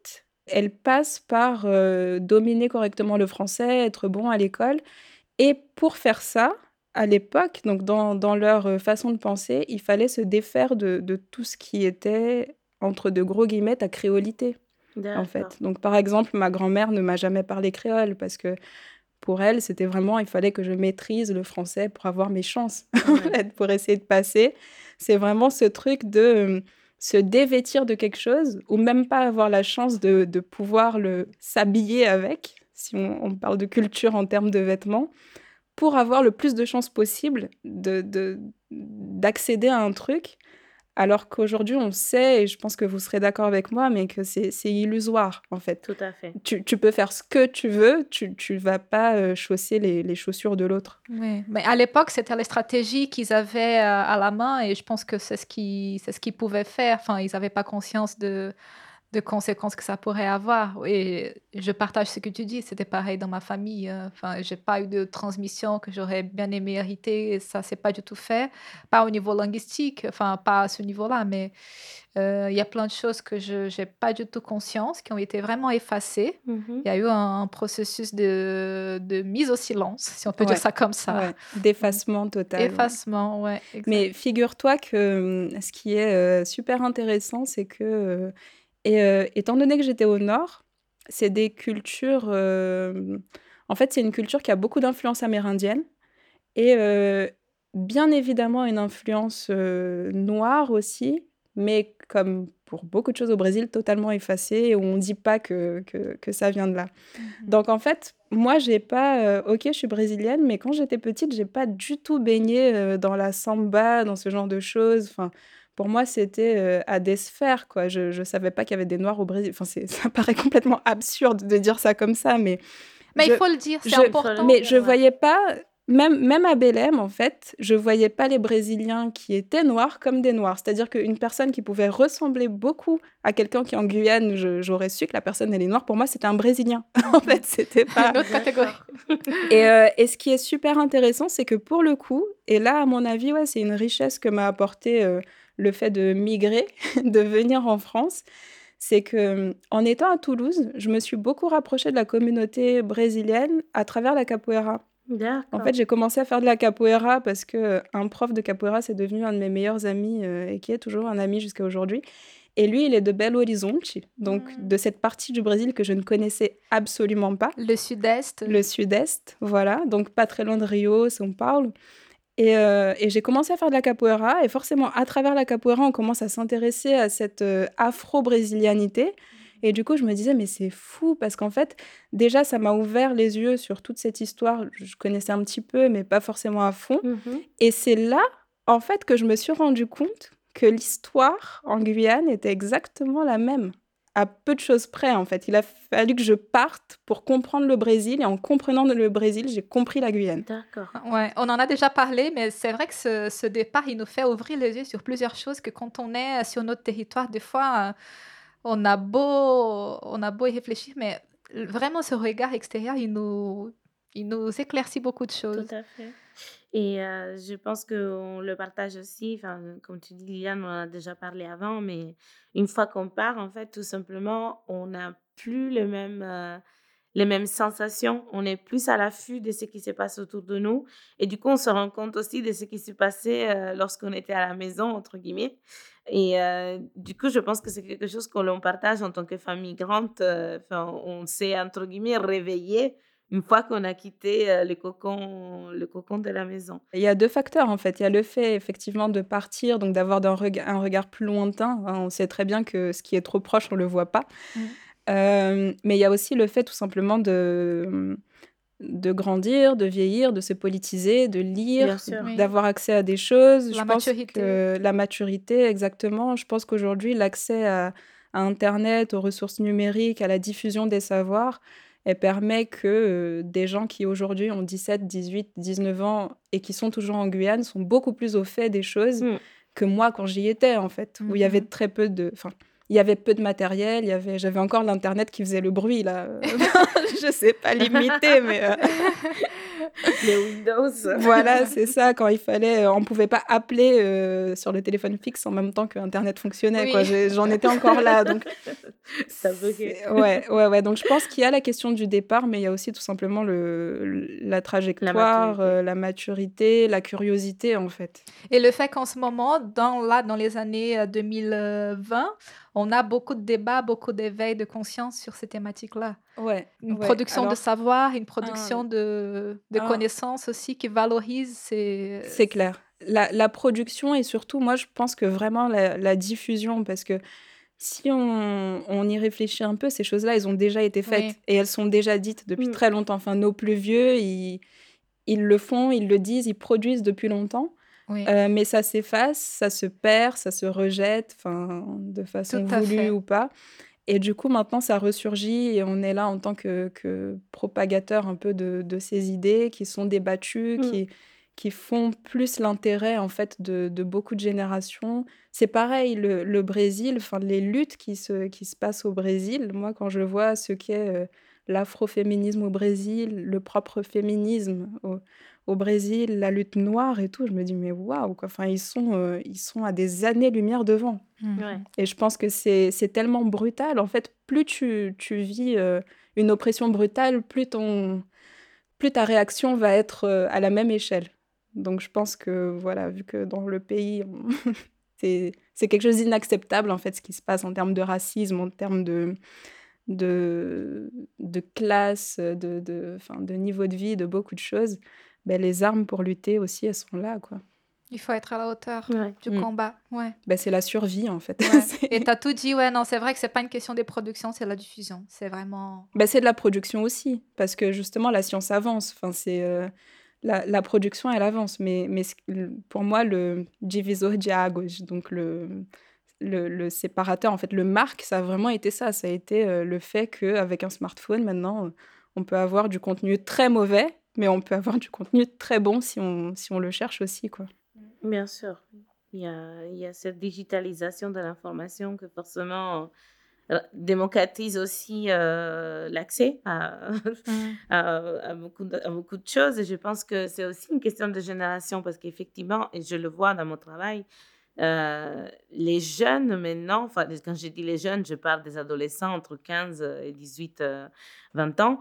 elle passe par euh, dominer correctement le français, être bon à l'école. Et pour faire ça, à l'époque, donc dans, dans leur euh, façon de penser, il fallait se défaire de, de tout ce qui était, entre de gros guillemets, ta créolité, en D'accord. fait. Donc, par exemple, ma grand-mère ne m'a jamais parlé créole parce que pour elle, c'était vraiment, il fallait que je maîtrise le français pour avoir mes chances, en Ouais. fait, pour essayer de passer. C'est vraiment ce truc de euh, se dévêtir de quelque chose ou même pas avoir la chance de, de pouvoir le, s'habiller avec, si on, on parle de culture en termes de vêtements, pour avoir le plus de chances possible de, de, d'accéder à un truc. Alors qu'aujourd'hui, on sait, et je pense que vous serez d'accord avec moi, mais que c'est, c'est illusoire, en fait. Tout à fait. Tu, tu peux faire ce que tu veux, tu ne vas pas euh, chausser les, les chaussures de l'autre. Oui, mais à l'époque, c'était les stratégies qu'ils avaient euh, à la main et je pense que c'est ce qu'ils, c'est ce qu'ils pouvaient faire. Enfin, ils n'avaient pas conscience de, de conséquences que ça pourrait avoir. Et je partage ce que tu dis, c'était pareil dans ma famille. euh. Enfin, j'ai pas eu de transmission que j'aurais bien aimé hériter. Et ça, c'est pas du tout fait. Pas au niveau linguistique, enfin, pas à ce niveau-là, mais euh, il y a plein de choses que je n'ai pas du tout conscience, qui ont été vraiment effacées. Mhm. Il y a eu un, un processus de, de mise au silence, si on peut Ouais, dire ça comme ça. ouais, d'effacement total. ouais. Effacement, ouais. exact. Mais figure-toi que hum, ce qui est euh, super intéressant, c'est que, euh, et, euh, étant donné que j'étais au Nord, c'est des cultures. euh, en fait, c'est une culture qui a beaucoup d'influence amérindienne et euh, bien évidemment une influence euh, noire aussi, mais comme pour beaucoup de choses au Brésil, totalement effacée, où on ne dit pas que, que, que ça vient de là. Mhm. Donc en fait, moi, j'ai pas. euh, ok, je suis brésilienne, mais quand j'étais petite, j'ai pas du tout baigné euh, dans la samba, dans ce genre de choses. Enfin, pour moi, c'était euh, à des sphères, quoi. Je, je savais pas qu'il y avait des noirs au Brésil. Enfin, c'est, ça paraît complètement absurde de dire ça comme ça, mais Mais je, il faut le dire, c'est je- important. mais je Ouais. voyais pas. Même, même à Belém, en fait, je voyais pas les Brésiliens qui étaient noirs comme des noirs. C'est-à-dire qu'une personne qui pouvait ressembler beaucoup à quelqu'un qui est en Guyane, je- j'aurais su que la personne, elle est noire. Pour moi, c'était un Brésilien. En fait, c'était pas... Une autre catégorie. Et, euh, et ce qui est super intéressant, c'est que pour le coup, et là, à mon avis, ouais, c'est une richesse que m'a apporté euh, le fait de migrer, de venir en France, c'est que euh, en étant à Toulouse, je me suis beaucoup rapprochée de la communauté brésilienne à travers la capoeira. D'accord. En fait, j'ai commencé à faire de la capoeira parce que euh, un prof de capoeira, c'est devenu un de mes meilleurs amis euh, et qui est toujours un ami jusqu'à aujourd'hui. Et lui, il est de Belo Horizonte, donc Mm. de cette partie du Brésil que je ne connaissais absolument pas. Le sud-est. Le sud-est, voilà, donc pas très loin de Rio, São Paulo. Et, euh, et j'ai commencé à faire de la capoeira, et forcément, à travers la capoeira, on commence à s'intéresser à cette euh, afro-brésilianité. Et du coup, je me disais, mais c'est fou, parce qu'en fait, déjà, ça m'a ouvert les yeux sur toute cette histoire. Je connaissais un petit peu, mais pas forcément à fond. Mhm. Et c'est là, en fait, que je me suis rendu compte que l'histoire en Guyane était exactement la même, à peu de choses près, en fait. Il a fallu que je parte pour comprendre le Brésil, et en comprenant le Brésil, j'ai compris la Guyane. D'accord. Ouais, on en a déjà parlé, mais c'est vrai que ce, ce départ, il nous fait ouvrir les yeux sur plusieurs choses que quand on est sur notre territoire, des fois, euh, on a beau, on a beau y réfléchir, mais vraiment ce regard extérieur, il nous, il nous éclaircit beaucoup de Tout choses. à fait. Et euh, je pense qu'on le partage aussi. Enfin, comme tu dis, Liliane, on en a déjà parlé avant, mais une fois qu'on part, en fait, tout simplement, on n'a plus le même, euh, les mêmes sensations. On est plus à l'affût de ce qui se passe autour de nous. Et du coup, on se rend compte aussi de ce qui se passait euh, lorsqu'on était à la maison, entre guillemets. Et euh, du coup, je pense que c'est quelque chose que l'on partage en tant que famille migrante. euh, Enfin, on s'est, entre guillemets, réveillé une fois qu'on a quitté euh, le cocon, le cocon de la maison. Il y a deux facteurs, en fait. Il y a le fait, effectivement, de partir, donc d'avoir d'un rega- un regard plus lointain. Hein. On sait très bien que ce qui est trop proche, on ne le voit pas. Mm. Euh, mais il y a aussi le fait, tout simplement, de, de grandir, de vieillir, de se politiser, de lire, Bien sûr. Oui. d'avoir accès à des choses. La Je pense maturité. que la maturité, exactement. Je pense qu'aujourd'hui, l'accès à, à Internet, aux ressources numériques, à la diffusion des savoirs, elle permet que euh, des gens qui aujourd'hui ont dix-sept, dix-huit, dix-neuf ans et qui sont toujours en Guyane sont beaucoup plus au fait des choses Mm. que moi quand j'y étais, en fait, où il y avait Mhm. très peu de... Enfin, il y avait peu de matériel, il y avait... j'avais encore l'Internet qui faisait le bruit, là. Je sais pas l'imiter, mais... euh, Les Windows. voilà, c'est ça, quand il fallait... euh, On pouvait pas appeler euh, sur le téléphone fixe en même temps que Internet fonctionnait, Oui. quoi. J'ai- J'en étais encore là, donc... Ça bloquait. C'est- Ouais, ouais, ouais. Donc je pense qu'il y a la question du départ, mais il y a aussi tout simplement le, le- la La trajectoire, maturité. euh, la maturité, la curiosité, en fait. Et le fait qu'en ce moment, dans, là, dans les années euh, deux mille vingt, on a beaucoup de débats, beaucoup d'éveil de conscience sur ces thématiques-là. Ouais, Une ouais. production de Alors, savoir, une un, production de, de un- connaissances aussi qui valorise ces... c'est clair. La, la production et surtout, moi, je pense que vraiment la, la diffusion, parce que si on, on y réfléchit un peu, ces choses-là, elles ont déjà été Oui, faites et elles sont déjà dites depuis Mm. très longtemps. Enfin, nos plus vieux, ils, ils le font, ils le disent, ils produisent depuis longtemps. oui, Euh, mais ça s'efface, ça se perd, ça se rejette, enfin, de tout façon à voulue fait. ou pas. Et du coup, maintenant, ça ressurgit et on est là en tant que, que propagateur un peu de, de ces idées qui sont débattues, Mm. qui, qui font plus l'intérêt en fait de, de beaucoup de générations. C'est pareil, le, le Brésil, enfin, les luttes qui se, qui se passent au Brésil, moi, quand je vois ce qu'est euh, l'afroféminisme au Brésil, le propre féminisme au, au Brésil, la lutte noire et tout, je me dis, mais waouh, quoi. Enfin, ils sont, euh, ils sont à des années-lumière devant. Mhm. Ouais. Et je pense que c'est c'est tellement brutal. En fait, plus tu, tu vis euh, une oppression brutale, plus, ton, plus ta réaction va être euh, à la même échelle. Donc je pense que, voilà, vu que dans le pays, on- c'est c'est quelque chose d'inacceptable, en fait, ce qui se passe en termes de racisme, en termes de, de, de classe, de, de, enfin, de niveau de vie, de beaucoup de choses. Ben, les armes pour lutter aussi, elles sont là, quoi. Il faut être à la hauteur Ouais. du Mm. combat. Ouais. Ben, c'est la survie, en fait. Ouais. C'est- Et tu as tout dit, ouais, non, c'est vrai que c'est pas une question des productions, c'est la diffusion. C'est vraiment. Bah, c'est de la production aussi, parce que justement, la science avance. Enfin, c'est, euh, la, la production, elle avance. Mais, mais ce- le- pour moi, le divisor de águas, donc le, le, le séparateur, en fait, le marque, ça a vraiment été ça. Ça a été euh, le fait qu'avec un smartphone, maintenant, euh, on peut avoir du contenu très mauvais, mais on peut avoir du contenu très bon si on, si on le cherche aussi, quoi. Bien sûr. Il y a, il y a cette digitalisation de l'information que forcément euh, démocratise aussi euh, l'accès à, Mm. à, à beaucoup de, à beaucoup de choses. Et je pense que c'est aussi une question de génération parce qu'effectivement, et je le vois dans mon travail, euh, les jeunes maintenant, enfin, quand je dis les jeunes, je parle des adolescents entre quinze et dix-huit, euh, vingt ans,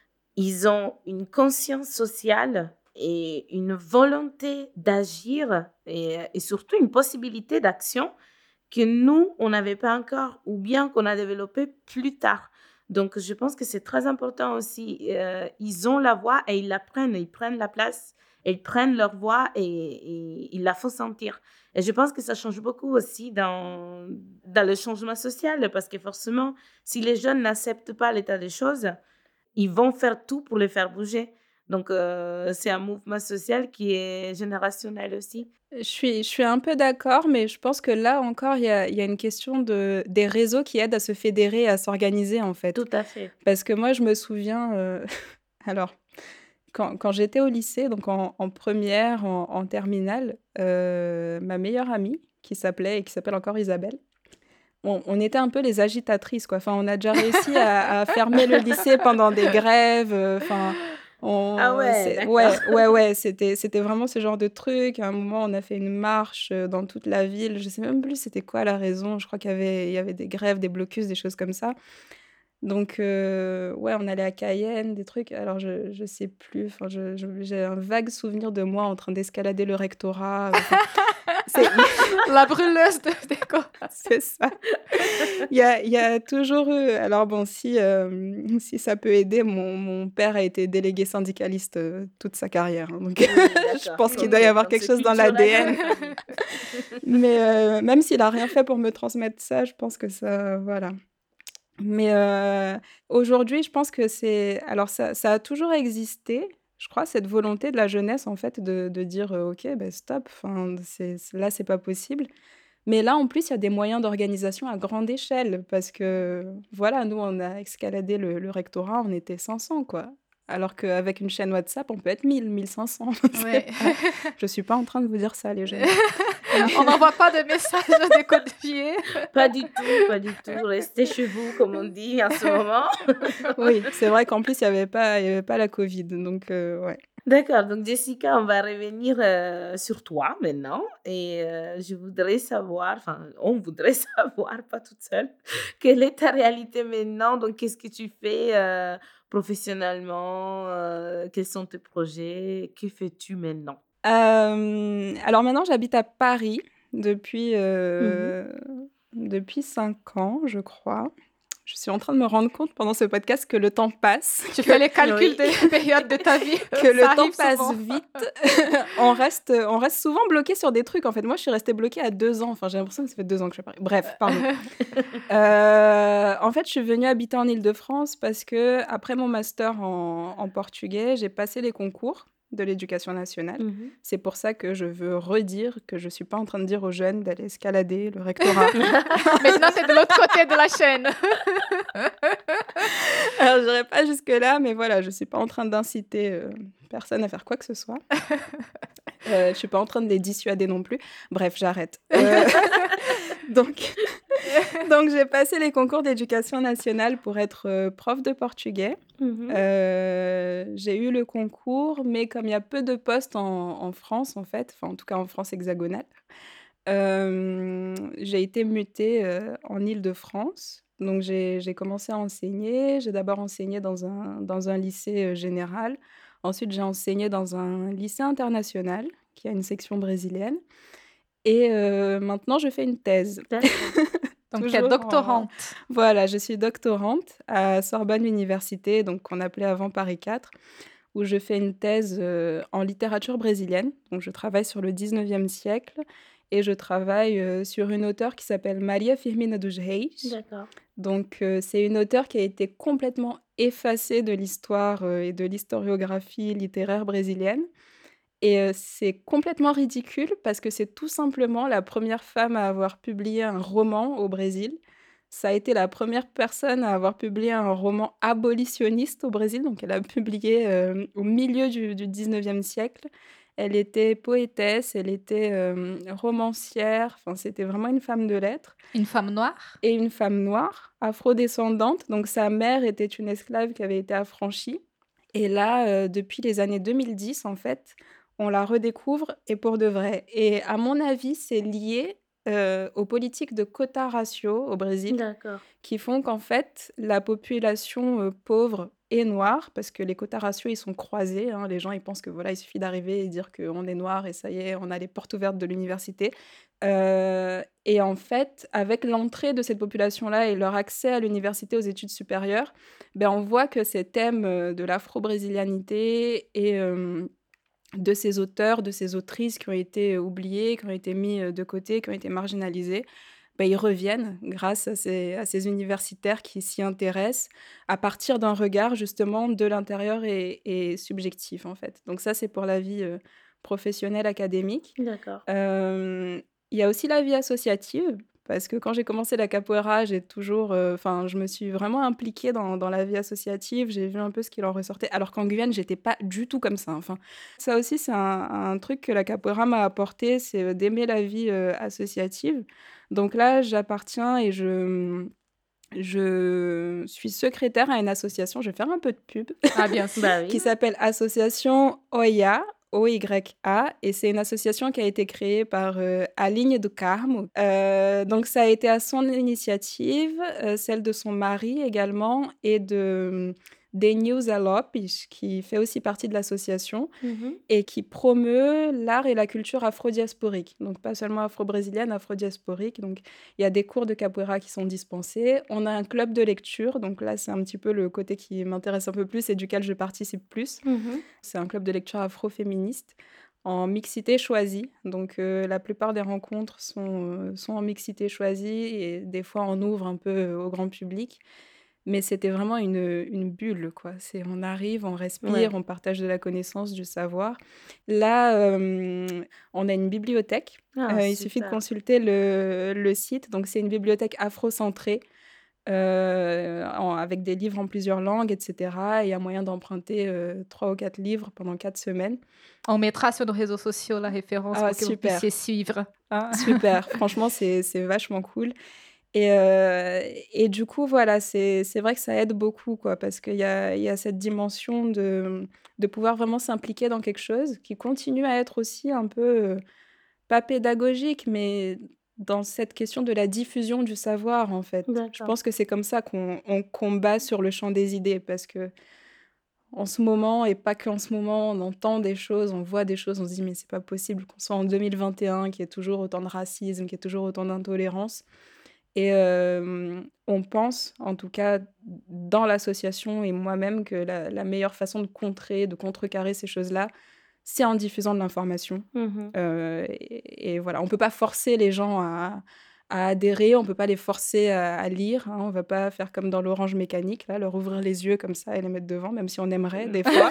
ils ont une conscience sociale et une volonté d'agir et, et surtout une possibilité d'action que nous, on n'avait pas encore ou bien qu'on a développé plus tard. Donc, je pense que c'est très important aussi. Euh, ils ont la voix et ils la prennent, ils prennent la place, et ils prennent leur voix et, et ils la font sentir. Et je pense que ça change beaucoup aussi dans, dans le changement social parce que forcément, si les jeunes n'acceptent pas l'état des choses, ils vont faire tout pour les faire bouger. Donc, euh, c'est un mouvement social qui est générationnel aussi. Je suis, je suis un peu d'accord, mais je pense que là encore, il y a, il y a une question de, des réseaux qui aident à se fédérer, à s'organiser, en fait. Tout à fait. Parce que moi, je me souviens, euh, alors, quand, quand j'étais au lycée, donc en, en première, en, en terminale, euh, ma meilleure amie, qui s'appelait et qui s'appelle encore Isabelle, on, on était un peu les agitatrices, quoi. Enfin, on a déjà réussi à, à fermer le lycée pendant des grèves. euh, Enfin, on, Ah ouais, c'est- d'accord. ouais, ouais, ouais, c'était, c'était vraiment ce genre de truc. À un moment, on a fait une marche euh, dans toute la ville. Je sais même plus c'était quoi la raison. Je crois qu'il y avait, il y avait des grèves, des blocus, des choses comme ça. Donc, euh, ouais, on allait à Cayenne, des trucs. Alors, je, je sais plus. Enfin, je, je- j'ai un vague souvenir de moi en train d'escalader le rectorat. Enfin, c'est, La brûleuse de déco. c'est ça. Il y a, il y a toujours eu. Alors, bon, si, euh, si ça peut aider, mon, mon père a été délégué syndicaliste euh, toute sa carrière. Hein. Donc, Oui, je d'accord. pense qu'il Ok, doit y avoir donc quelque c'est chose dans culturel. l'A D N. Mais euh, même s'il a rien fait pour me transmettre ça, je pense que ça. Voilà. Mais euh, aujourd'hui, je pense que c'est... Alors, ça, ça a toujours existé, je crois, cette volonté de la jeunesse, en fait, de, de dire, euh, OK, ben stop, enfin, c'est, c'est- là, c'est pas possible. Mais là, en plus, il y a des moyens d'organisation à grande échelle, parce que, voilà, nous, on a escaladé le, le rectorat, on était cinq cents, quoi. Alors qu'avec une chaîne WhatsApp, on peut être mille, mille cinq cents. C'est Ouais. pas- Je suis pas en train de vous dire ça, les jeunes. On n'envoie pas de messages décodifiés. Pas du tout, pas du tout. Restez chez vous, comme on dit en ce moment. Oui, c'est vrai qu'en plus, il n'y avait pas, il y avait pas la Covid, donc, euh, ouais. D'accord, donc Jessica, on va revenir euh, sur toi maintenant et euh, je voudrais savoir, enfin, on voudrait savoir, pas toute seule, quelle est ta réalité maintenant, donc qu'est-ce que tu fais euh, professionnellement, euh, quels sont tes projets, que fais-tu maintenant? Euh, alors maintenant, j'habite à Paris depuis, Mhm. euh, depuis cinq ans, je crois. Je suis en train de me rendre compte pendant ce podcast que le temps passe, Tu que, fais les calculs Oui. des périodes de ta vie. que Ça le temps arrive passe souvent. vite. on, reste, on reste souvent bloqué sur des trucs. En fait, moi, je suis restée bloquée à deux ans. Enfin, j'ai l'impression que ça fait deux ans que je suis à Paris. Bref, pardon. Euh, en fait, je suis venue habiter en Île-de-France parce que après mon master en, en portugais, j'ai passé les concours de l'éducation nationale. Mhm. C'est pour ça que je veux redire que je suis pas en train de dire aux jeunes d'aller escalader le rectorat. Maintenant, tu es de l'autre côté de la chaîne. Alors, je n'irai pas jusque-là, mais voilà, je suis pas en train d'inciter euh, personne à faire quoi que ce soit. Euh, je suis pas en train de les dissuader non plus. Bref, j'arrête. Euh, donc, donc j'ai passé les concours d'éducation nationale pour être euh, prof de portugais. Mhm. Euh, j'ai eu le concours, mais comme il y a peu de postes en, en France, en fait, enfin en tout cas en France hexagonale, euh, j'ai été mutée euh, en Île-de-France. Donc j'ai j'ai commencé à enseigner. J'ai d'abord enseigné dans un, dans un lycée euh, général. Ensuite, j'ai enseigné dans un lycée international qui a une section brésilienne. Et euh, maintenant, je fais une thèse. D'accord. Donc, tu es Toujours en... doctorante. Voilà, je suis doctorante à Sorbonne Université, donc qu'on appelait avant Paris quatre, où je fais une thèse euh, en littérature brésilienne. Donc, je travaille sur le dix-neuvième siècle et je travaille euh, sur une auteure qui s'appelle Maria Firmina dos Reis. D'accord. Donc, euh, c'est une auteure qui a été complètement effacée de l'histoire euh, et de l'historiographie littéraire brésilienne. Et euh, c'est complètement ridicule parce que c'est tout simplement la première femme à avoir publié un roman au Brésil. Ça a été la première personne à avoir publié un roman abolitionniste au Brésil. Donc, elle a publié euh, au milieu du, du dix-neuvième siècle. Elle était poétesse, elle était euh, romancière. Enfin, c'était vraiment une femme de lettres. Une femme noire. Et une femme noire, afrodescendante. Donc, sa mère était une esclave qui avait été affranchie. Et là, euh, depuis les années deux mille dix, en fait, on la redécouvre et pour de vrai. Et à mon avis, c'est lié euh, aux politiques de quota ratio au Brésil D'accord. qui font qu'en fait, la population euh, pauvre et noire, parce que les quotas ratios, ils sont croisés, hein, les gens, ils pensent que voilà, il suffit d'arriver et dire qu'on est noir et ça y est, on a les portes ouvertes de l'université. Euh, et en fait, avec l'entrée de cette population-là et leur accès à l'université, aux études supérieures, ben, on voit que ces thèmes euh, de l'afro-brésilianité et euh, de ces auteurs, de ces autrices qui ont été oubliés, qui ont été mis euh, de côté, qui ont été marginalisés, ben, ils reviennent grâce à ces, à ces universitaires qui s'y intéressent à partir d'un regard justement de l'intérieur et, et subjectif en fait. Donc ça, c'est pour la vie euh, professionnelle, académique. D'accord. Euh, Il y a aussi la vie associative, parce que quand j'ai commencé la capoeira, j'ai toujours, enfin, je me suis vraiment impliquée dans, dans la vie associative. J'ai vu un peu ce qu'il en ressortait, alors qu'en Guyane, j'étais pas du tout comme ça. Enfin, ça aussi, c'est un, un truc que la capoeira m'a apporté, c'est d'aimer la vie euh, associative. Donc là, j'appartiens et je je suis secrétaire à une association, je vais faire un peu de pub, Ah, bien sûr. Bah qui oui. s'appelle Association Oya, O Y A, et c'est une association qui a été créée par euh, Aline do Carmo. Euh, donc ça a été à son initiative, euh, celle de son mari également, et de Denilza Lopes, qui fait aussi partie de l'association Mhm. et qui promeut l'art et la culture afro-diasporique. Donc pas seulement afro-brésilienne, afro-diasporique. Donc il y a des cours de capoeira qui sont dispensés. On a un club de lecture, donc là c'est un petit peu le côté qui m'intéresse un peu plus et duquel je participe plus. Mhm. C'est un club de lecture afro-féministe en mixité choisie. Donc euh, la plupart des rencontres sont, euh, sont en mixité choisie et des fois on ouvre un peu euh, au grand public. Mais c'était vraiment une, une bulle, quoi. C'est, on arrive, on respire, Ouais. on partage de la connaissance, du savoir. Là, euh, on a une bibliothèque. Ah, Euh, il suffit de super. consulter le, le site. Donc, c'est une bibliothèque afro-centrée euh, en- avec des livres en plusieurs langues, et cetera. Et il y a moyen d'emprunter euh, trois ou quatre livres pendant quatre semaines. On mettra sur nos réseaux sociaux la référence Ah, pour que vous super. puissiez suivre. Hein. Super. Franchement, c'est, c'est vachement cool. Et, euh, et du coup, voilà, c'est, c'est vrai que ça aide beaucoup, quoi, parce qu'il y a, il y a cette dimension de, de pouvoir vraiment s'impliquer dans quelque chose qui continue à être aussi un peu, euh, pas pédagogique, mais dans cette question de la diffusion du savoir, en fait. Je D'accord. pense que c'est comme ça qu'on on combat sur le champ des idées, parce que en ce moment, et pas qu'en ce moment, on entend des choses, on voit des choses, on se dit mais c'est pas possible qu'on soit en deux mille vingt et un, qu'il y ait toujours autant de racisme, qu'il y ait toujours autant d'intolérance. Et euh, on pense, en tout cas dans l'association et moi-même, que la, la meilleure façon de contrer, de contrecarrer ces choses-là, c'est en diffusant de l'information. Mhm. Euh, et, et voilà, on peut pas forcer les gens à, à adhérer, on peut pas les forcer à, à lire, hein, on va pas faire comme dans l'Orange Mécanique, là, leur ouvrir les yeux comme ça et les mettre devant, même si on aimerait des fois.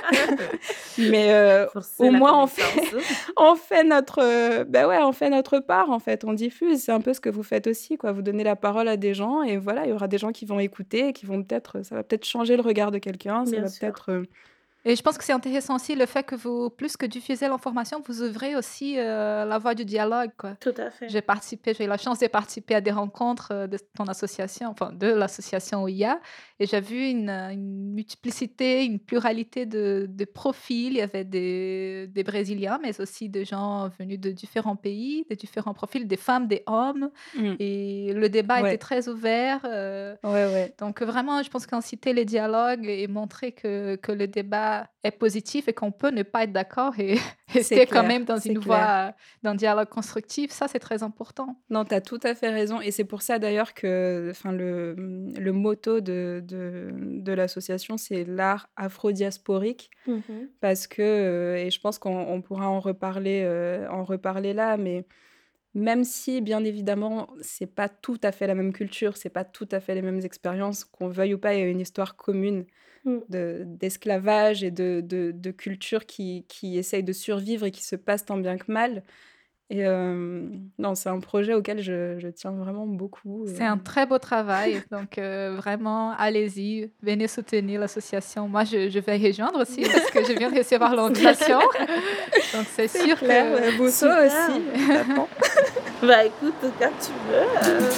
Mais euh, Forcer au la moins on fait, connaissance. on fait notre, euh, ben ouais, on fait notre part en fait, on diffuse. C'est un peu ce que vous faites aussi, quoi. Vous donnez la parole à des gens et voilà, il y aura des gens qui vont écouter, et qui vont peut-être, ça va peut-être changer le regard de quelqu'un, ça Bien va sûr. peut-être. euh, Et je pense que c'est intéressant aussi le fait que vous, plus que diffuser l'information, vous ouvrez aussi euh, la voie du dialogue, quoi. Tout à fait. J'ai participé, j'ai eu la chance de participer à des rencontres euh, de ton association, enfin de l'association O I A, et j'ai vu une, euh, une multiplicité, une pluralité de, de profils. Il y avait des, des Brésiliens, mais aussi des gens venus de différents pays, de différents profils, des femmes, des hommes, mm, et le débat était Ouais, très ouvert. euh, ouais, ouais. donc vraiment, je pense qu'inciter les dialogues et montrer que, que le débat est positif et qu'on peut ne pas être d'accord et C'est rester quand clair, même dans c'est une clair. voie euh, d'un dialogue constructif, ça c'est très important. Non, tu as tout à fait raison. Et c'est pour ça d'ailleurs que enfin, le, le motto de, de, de l'association, c'est l'art afro-diasporique. Mhm. Parce que, euh, et je pense qu'on on pourra en reparler, euh, en reparler là, mais même si, bien évidemment, c'est pas tout à fait la même culture, c'est pas tout à fait les mêmes expériences, qu'on veuille ou pas, il y a une histoire commune Mm. de, d'esclavage et de, de, de culture qui, qui essaye de survivre et qui se passe tant bien que mal. Et euh, non, c'est un projet auquel je, je tiens vraiment beaucoup. C'est Et... un très beau travail, donc euh, vraiment, allez-y, venez soutenir l'association. Moi, je, je vais rejoindre aussi parce que je viens de recevoir l'invitation, donc c'est C'est sûr clair, que... ouais, Bousso Super. aussi, on t'attend. Bah écoute, quand tu veux. euh,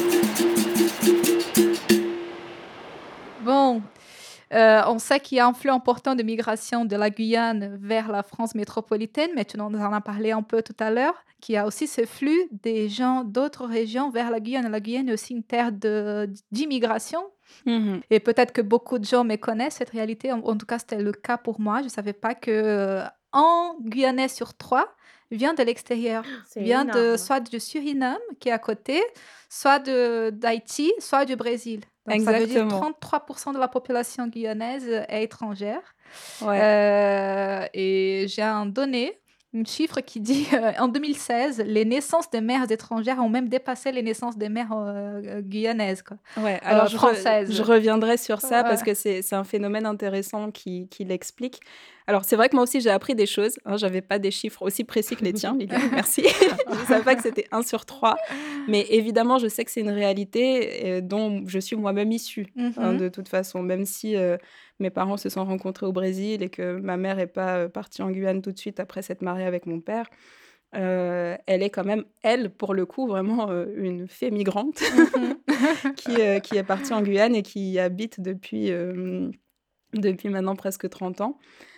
Bon, euh, on sait qu'il y a un flux important de migration de la Guyane vers la France métropolitaine, mais tu en as parlé un peu tout à l'heure, qu'il y a aussi ce flux des gens d'autres régions vers la Guyane. La Guyane est aussi une terre de- d'immigration. Mhm. Et peut-être que beaucoup de gens méconnaissent cette réalité. En, en tout cas, c'était le cas pour moi. Je ne savais pas que euh, un Guyanais sur trois vient de l'extérieur, C'est vient de énorme. soit du Suriname qui est à côté, soit de d'Haïti, soit du Brésil. Donc ça veut dire Exactement. trente-trois pour cent de la population guyanaise est étrangère. Ouais. Euh, et j'ai un donné, un chiffre qui dit euh, en deux mille seize, les naissances de mères étrangères ont même dépassé les naissances des mères euh, euh, guyanaises, quoi. Ouais, alors Euh, je, re- françaises. je reviendrai sur ça Ouais. parce que c'est c'est un phénomène intéressant qui, qui l'explique. Alors c'est vrai que moi aussi j'ai appris des choses, hein, j'avais pas des chiffres aussi précis que les tiens, Liliane, merci. Je ne savais pas que c'était un sur trois, mais évidemment je sais que c'est une réalité euh, dont je suis moi-même issue, hein, Mhm. de toute façon, même si euh, mes parents se sont rencontrés au Brésil et que ma mère n'est pas euh, partie en Guyane tout de suite après s'être mariée avec mon père. Euh, elle est quand même, elle, pour le coup, vraiment euh, une fée migrante Mhm. qui, euh, qui est partie en Guyane et qui y habite depuis, euh, depuis maintenant presque trente ans.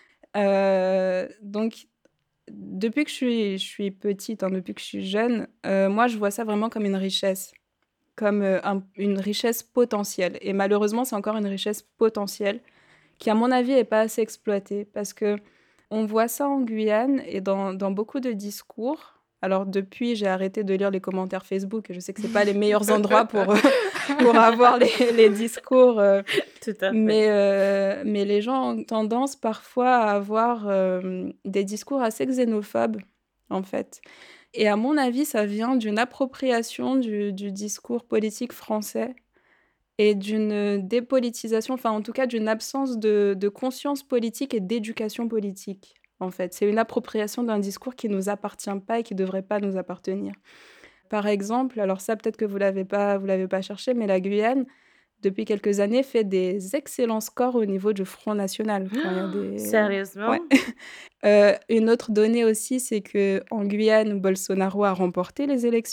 Euh, donc, depuis que je suis, je suis petite, hein, depuis que je suis jeune, euh, moi, je vois ça vraiment comme une richesse, comme euh, un- une richesse potentielle. Et malheureusement, c'est encore une richesse potentielle qui, à mon avis, n'est pas assez exploitée parce que on voit ça en Guyane et dans, dans beaucoup de discours. Alors depuis, j'ai arrêté de lire les commentaires Facebook. Je sais que c'est pas les meilleurs endroits pour, euh, pour avoir les, les discours, euh, Tout à fait. mais, euh, mais les gens ont tendance parfois à avoir euh, des discours assez xénophobes, en fait. Et à mon avis, ça vient d'une appropriation du, du discours politique français et d'une dépolitisation, enfin en tout cas d'une absence de, de conscience politique et d'éducation politique, en fait. C'est une appropriation d'un discours qui ne nous appartient pas et qui ne devrait pas nous appartenir. Par exemple, alors ça peut-être que vous ne l'avez pas, vous l'avez pas cherché, mais la Guyane, depuis quelques années, fait des excellents scores au niveau du Front National. Enfin, il y a des... Sérieusement? Ouais. Euh, une autre donnée aussi, c'est qu'en Guyane, Bolsonaro a remporté les élections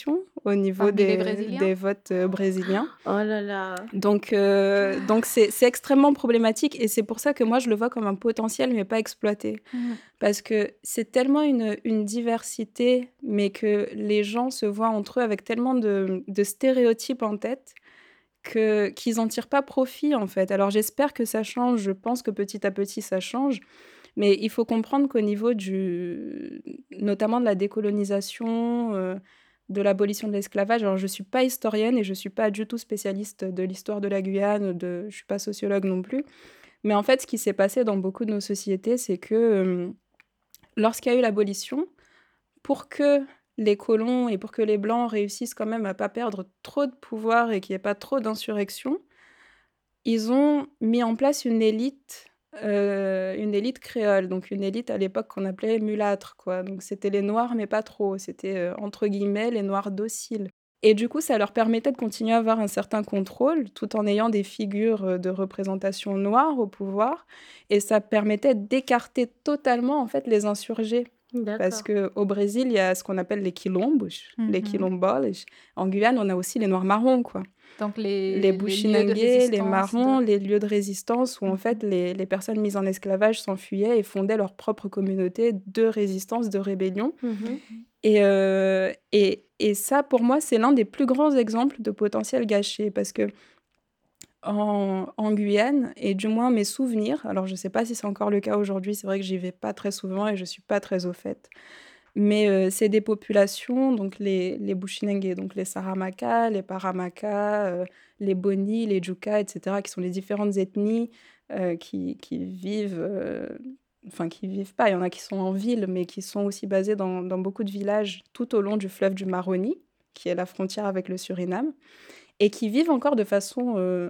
au niveau Parmi les des, Brésiliens des votes euh, brésiliens. Oh là là. Donc, euh, donc c'est, c'est extrêmement problématique et c'est pour ça que moi, je le vois comme un potentiel, mais pas exploité. Mhm. Parce que c'est tellement une, une diversité, mais que les gens se voient entre eux avec tellement de, de stéréotypes en tête que, qu'ils n'en tirent pas profit, en fait. Alors, j'espère que ça change. Je pense que petit à petit, ça change. Mais il faut comprendre qu'au niveau du... notamment de la décolonisation, euh, de l'abolition de l'esclavage, alors je ne suis pas historienne et je ne suis pas du tout spécialiste de l'histoire de la Guyane, de... je ne suis pas sociologue non plus. Mais en fait, ce qui s'est passé dans beaucoup de nos sociétés, c'est que euh, lorsqu'il y a eu l'abolition, pour que les colons et pour que les Blancs réussissent quand même à ne pas perdre trop de pouvoir et qu'il n'y ait pas trop d'insurrection, ils ont mis en place une élite, euh, une élite créole, donc une élite à l'époque qu'on appelait mulâtre, quoi. Donc c'était les Noirs, mais pas trop. C'était euh, entre guillemets les Noirs dociles. Et du coup, ça leur permettait de continuer à avoir un certain contrôle, tout en ayant des figures euh, de représentation noire au pouvoir, et ça permettait d'écarter totalement en fait les insurgés. Parce D'accord. qu'au Brésil, il y a ce qu'on appelle les quilombos, les Mhm. quilomboles. En Guyane, on a aussi les Noirs marrons, quoi. Donc, les, Les les lieux de Bushinangés, les résistance Marrons, de- les lieux de résistance où en Mhm. fait les, les personnes mises en esclavage s'enfuyaient et fondaient leur propre communauté de résistance, de rébellion. Mhm. Et, euh, et, et ça, pour moi, c'est l'un des plus grands exemples de potentiel gâché parce que en, en Guyane, et du moins mes souvenirs, alors je ne sais pas si c'est encore le cas aujourd'hui, c'est vrai que j'y vais pas très souvent et je ne suis pas très au fait, mais euh, c'est des populations, donc les, les Bushinangés, donc les Saramaka, les Paramaka, euh, les Boni, les Djuka, et cetera, qui sont les différentes ethnies euh, qui, qui vivent, euh, enfin qui vivent pas, il y en a qui sont en ville, mais qui sont aussi basées dans, dans beaucoup de villages tout au long du fleuve du Maroni, qui est la frontière avec le Suriname, et qui vivent encore de façon, euh,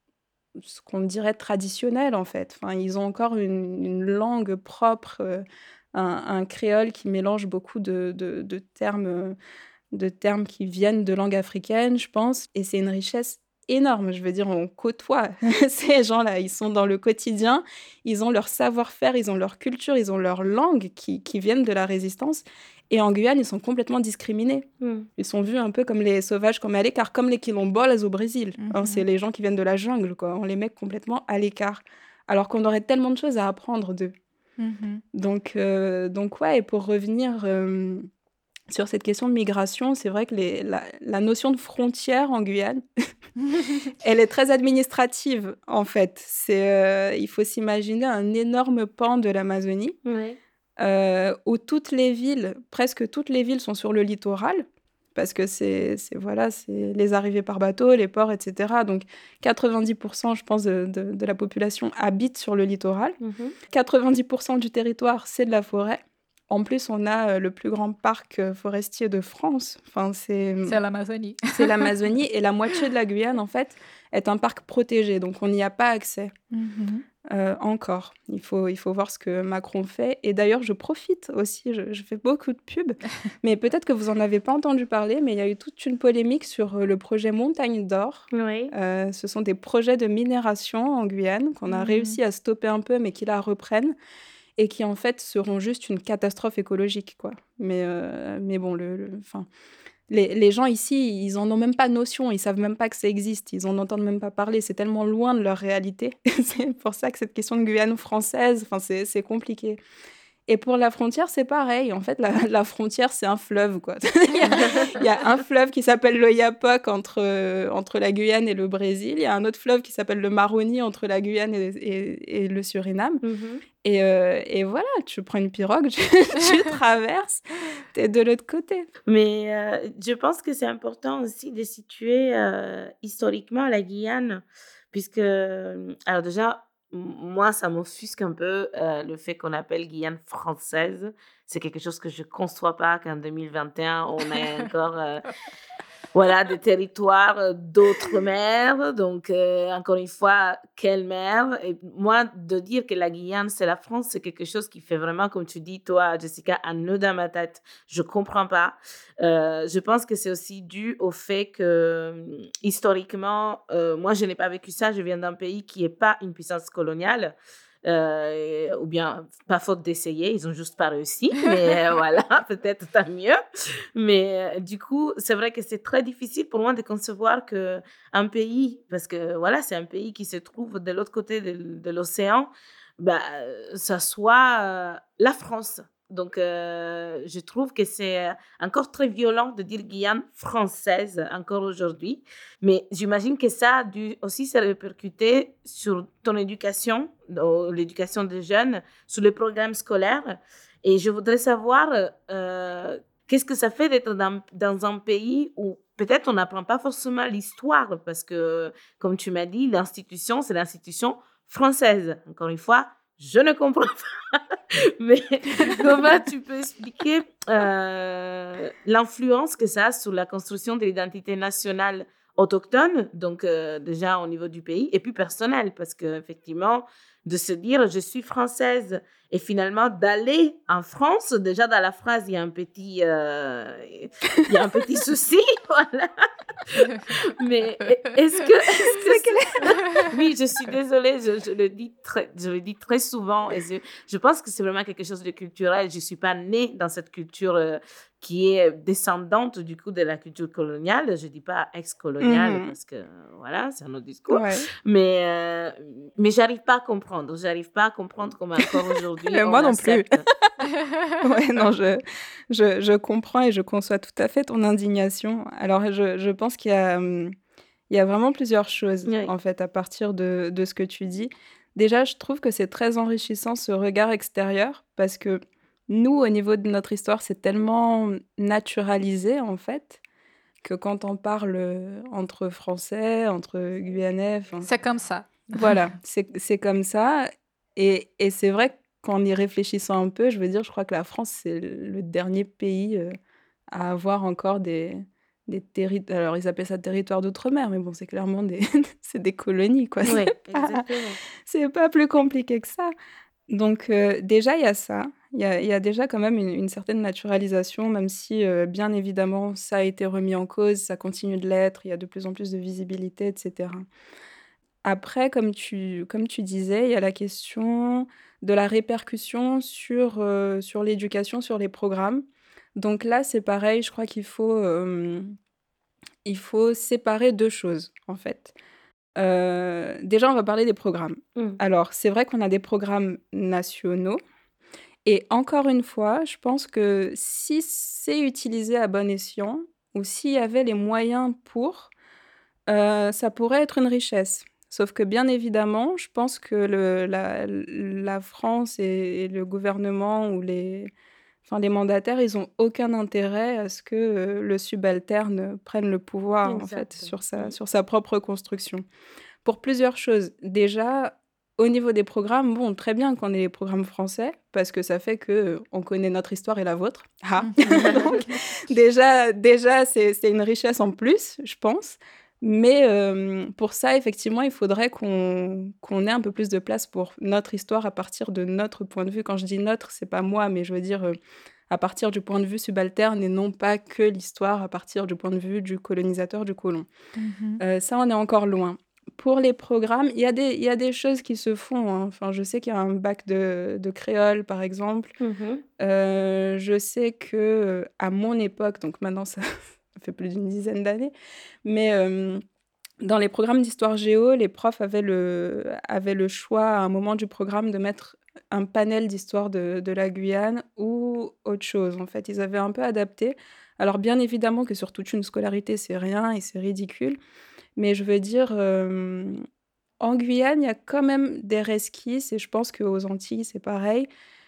ce qu'on dirait traditionnelle en fait. Enfin, ils ont encore une, une langue propre, euh, un, un créole qui mélange beaucoup de, de, de termes, euh, de termes qui viennent de langue africaine, je pense. Et c'est une richesse énorme. Je veux dire, on côtoie ces gens-là. Ils sont dans le quotidien, ils ont leur savoir-faire, ils ont leur culture, ils ont leur langue qui, qui viennent de la résistance. Et en Guyane, ils sont complètement discriminés. Mm. Ils sont vus un peu comme les sauvages, comme à l'écart, comme les quilombolas au Brésil. Hein, Mhm. c'est les gens qui viennent de la jungle, quoi. On les met complètement à l'écart. Alors qu'on aurait tellement de choses à apprendre d'eux. Mhm. Donc, euh, donc ouais, et pour revenir euh, sur cette question de migration, c'est vrai que les, la, la notion de frontière en Guyane, elle est très administrative, en fait. C'est, euh, il faut s'imaginer un énorme pan de l'Amazonie Ouais. euh, où toutes les villes, presque toutes les villes sont sur le littoral, parce que c'est, c'est, voilà, c'est les arrivées par bateau, les ports, et cetera. Donc quatre-vingt-dix pour cent, je pense, de, de, de la population habite sur le littoral. Mhm. quatre-vingt-dix pour cent du territoire, c'est de la forêt. En plus, on a euh, le plus grand parc euh, forestier de France. Enfin, c'est, C'est l'Amazonie. c'est l'Amazonie et la moitié de la Guyane, en fait, est un parc protégé. Donc, on n'y a pas accès. Mhm. Euh, encore. Il faut, il faut voir ce que Macron fait. Et d'ailleurs, je profite aussi, je, je fais beaucoup de pubs, mais peut-être que vous n'en avez pas entendu parler, mais il y a eu toute une polémique sur euh, le projet Montagne d'Or. Oui. Euh, ce sont des projets de minération en Guyane qu'on a Mhm. réussi à stopper un peu, mais qui la reprennent et qui en fait seront juste une catastrophe écologique, quoi. Mais, euh, mais bon, le, le- enfin, les, les gens ici, ils en ont même pas notion, ils savent même pas que ça existe, ils en entendent même pas parler, c'est tellement loin de leur réalité. C'est pour ça que cette question de Guyane française, enfin, c'est, c'est compliqué. Et pour la frontière, c'est pareil. En fait, la, la frontière, c'est un fleuve, quoi. il, y a, il y a un fleuve qui s'appelle le Yapoc entre, euh, entre la Guyane et le Brésil. Il y a un autre fleuve qui s'appelle le Maroni entre la Guyane et, et, et le Suriname. Mhm. Et, euh, et voilà, tu prends une pirogue, tu, tu traverses, t'es de l'autre côté. Mais euh, je pense que c'est important aussi de situer euh, historiquement la Guyane, puisque, euh, alors déjà, m- moi, ça m'offusque un peu euh, le fait qu'on appelle Guyane française. C'est quelque chose que je ne conçois pas qu'en deux mille vingt et un, on ait encore euh, voilà, des territoires euh, d'autres mers. Donc, euh, encore une fois, quelle mer? Et moi, de dire que la Guyane, c'est la France, c'est quelque chose qui fait vraiment, comme tu dis, toi, Jessica, un nœud dans ma tête. Je comprends pas. Euh, je pense que c'est aussi dû au fait que, euh, historiquement, euh, moi, je n'ai pas vécu ça. Je viens d'un pays qui n'est pas une puissance coloniale. euh, ou bien pas faute d'essayer, ils ont juste pas réussi, mais euh, voilà, peut-être tant mieux. Mais euh, du coup, c'est vrai que c'est très difficile pour moi de concevoir qu'un pays, parce que voilà, c'est un pays qui se trouve de l'autre côté de, de l'océan, bah, euh, ça soit euh, la France. Donc, euh, je trouve que c'est encore très violent de dire Guyane française encore aujourd'hui. Mais j'imagine que ça a dû aussi se répercuter sur ton éducation, dans l'éducation des jeunes, sur les programmes scolaires. Et je voudrais savoir euh, qu'est-ce que ça fait d'être dans, dans un pays où peut-être on n'apprend pas forcément l'histoire, parce que, comme tu m'as dit, l'institution, c'est l'institution française. Encore une fois, je ne comprends pas. Mais comment tu peux expliquer euh, l'influence que ça a sur la construction de l'identité nationale autochtone, donc euh, déjà au niveau du pays, et puis personnel, parce qu'effectivement, de se dire je suis française et finalement d'aller en France, déjà dans la phrase, il y a un petit, euh, il y a un petit souci, voilà. Mais est-ce que, est-ce que oui, je suis désolée, je, je le dis très, je le dis très souvent, et je, je pense que c'est vraiment quelque chose de culturel. Je suis pas née dans cette culture euh, qui est descendante du coup de la culture coloniale. Je dis pas ex-coloniale Mhm. parce que voilà, c'est un autre discours. Ouais. Mais euh, mais j'arrive pas à comprendre. J'arrive pas à comprendre comment encore aujourd'hui Mais on moi non accepte. Ouais, non, je, je, je comprends et je conçois tout à fait ton indignation. Alors, je, je pense qu'il y a, hum, il y a vraiment plusieurs choses, Oui. en fait, à partir de, de ce que tu dis. Déjà, je trouve que c'est très enrichissant ce regard extérieur parce que nous, au niveau de notre histoire, c'est tellement naturalisé, en fait, que quand on parle euh, entre Français, entre Guyanais, enfin, C'est comme ça. voilà, c'est c'est comme ça. Et, et c'est vrai qu'en y réfléchissant un peu, je veux dire, je crois que la France, c'est le le dernier pays euh, à avoir encore des, des territoires. Alors, ils appellent ça territoire d'outre-mer, mais bon, c'est clairement des, c'est des colonies, quoi. Oui, C'est pas, exactement. c'est pas plus compliqué que ça. Donc, euh, déjà, il y a ça. Il y a, il y a déjà quand même une, une certaine naturalisation, même si, euh, bien évidemment, ça a été remis en cause, ça continue de l'être, il y a de plus en plus de visibilité, et cetera. Après, comme tu comme tu disais, il y a la question de la répercussion sur, heu, sur l'éducation, sur les programmes. Donc là, c'est pareil, je crois qu'il faut, hem, il faut séparer deux choses, en fait. Heu, déjà, on va parler des programmes. Mm. Alors, c'est vrai qu'on a des programmes nationaux et encore une fois, je pense que si c'est utilisé à bon escient ou s'il y avait les moyens pour, Heu, ça pourrait être une richesse. Sauf que bien évidemment, je pense que le la la France et et le gouvernement ou les enfin les mandataires, ils ont aucun intérêt à ce que, heu, le subalterne prenne le pouvoir, en fait, Exact. sur sa Mm. sur sa propre construction. Pour plusieurs choses. Déjà, au niveau des programmes, bon, très bien qu'on ait les programmes français parce que ça fait que, heu, on connaît notre histoire et la vôtre. Ah! Donc déjà déjà, c'est c'est une richesse en plus, je pense. Mais hem, pour ça, effectivement, il faudrait qu'on qu'on ait un peu plus de place pour notre histoire à partir de notre point de vue. Quand je dis «notre», c'est pas moi, mais je veux dire, heu, à partir du point de vue subalterne et non pas que l'histoire à partir du point de vue du colonisateur, du colon. Mhm. Heu, ça, on est encore loin. Pour les programmes, il y a des il y a des choses qui se font, hein. Enfin, je sais qu'il y a un bac de de créole, par exemple. Mhm. Heu, je sais que, heu, à mon époque, donc maintenant ça ça fait plus d'une dizaine d'années, mais hem, dans les programmes d'histoire géo, les profs avaient le avaient le choix à un moment du programme de mettre un panel d'histoire de de la Guyane ou autre chose. En fait, ils avaient un peu adapté. Alors bien évidemment que sur toute une scolarité, c'est rien et c'est ridicule, mais je veux dire, hem, en Guyane, il y a quand même des resquisses et je pense qu'aux Antilles, c'est pareil,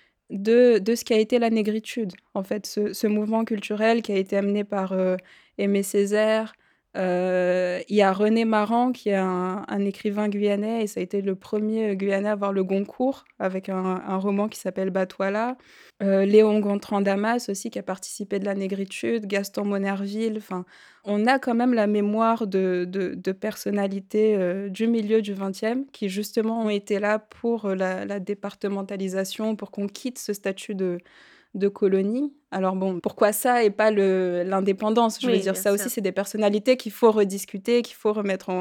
de de ce qu'a été la négritude. En fait, ce ce mouvement culturel qui a été amené par, heu, Aimé Césaire. Heu, il y a René Maran qui est un un écrivain guyanais et ça a été le premier Guyanais à avoir le Goncourt avec un un roman qui s'appelle Batouala. Heu, Léon Gontran Damas aussi qui a participé de la négritude, Gaston Monnerville, enfin, on a quand même la mémoire de de de personnalités, heu, du milieu du vingtième qui justement ont été là pour, heu, la la départementalisation, pour qu'on quitte ce statut de de colonie. Alors bon, pourquoi ça et pas le l'indépendance? Je veux Oui, dire, bien ça aussi, sûr. c'est des personnalités qu'il faut rediscuter, qu'il faut remettre en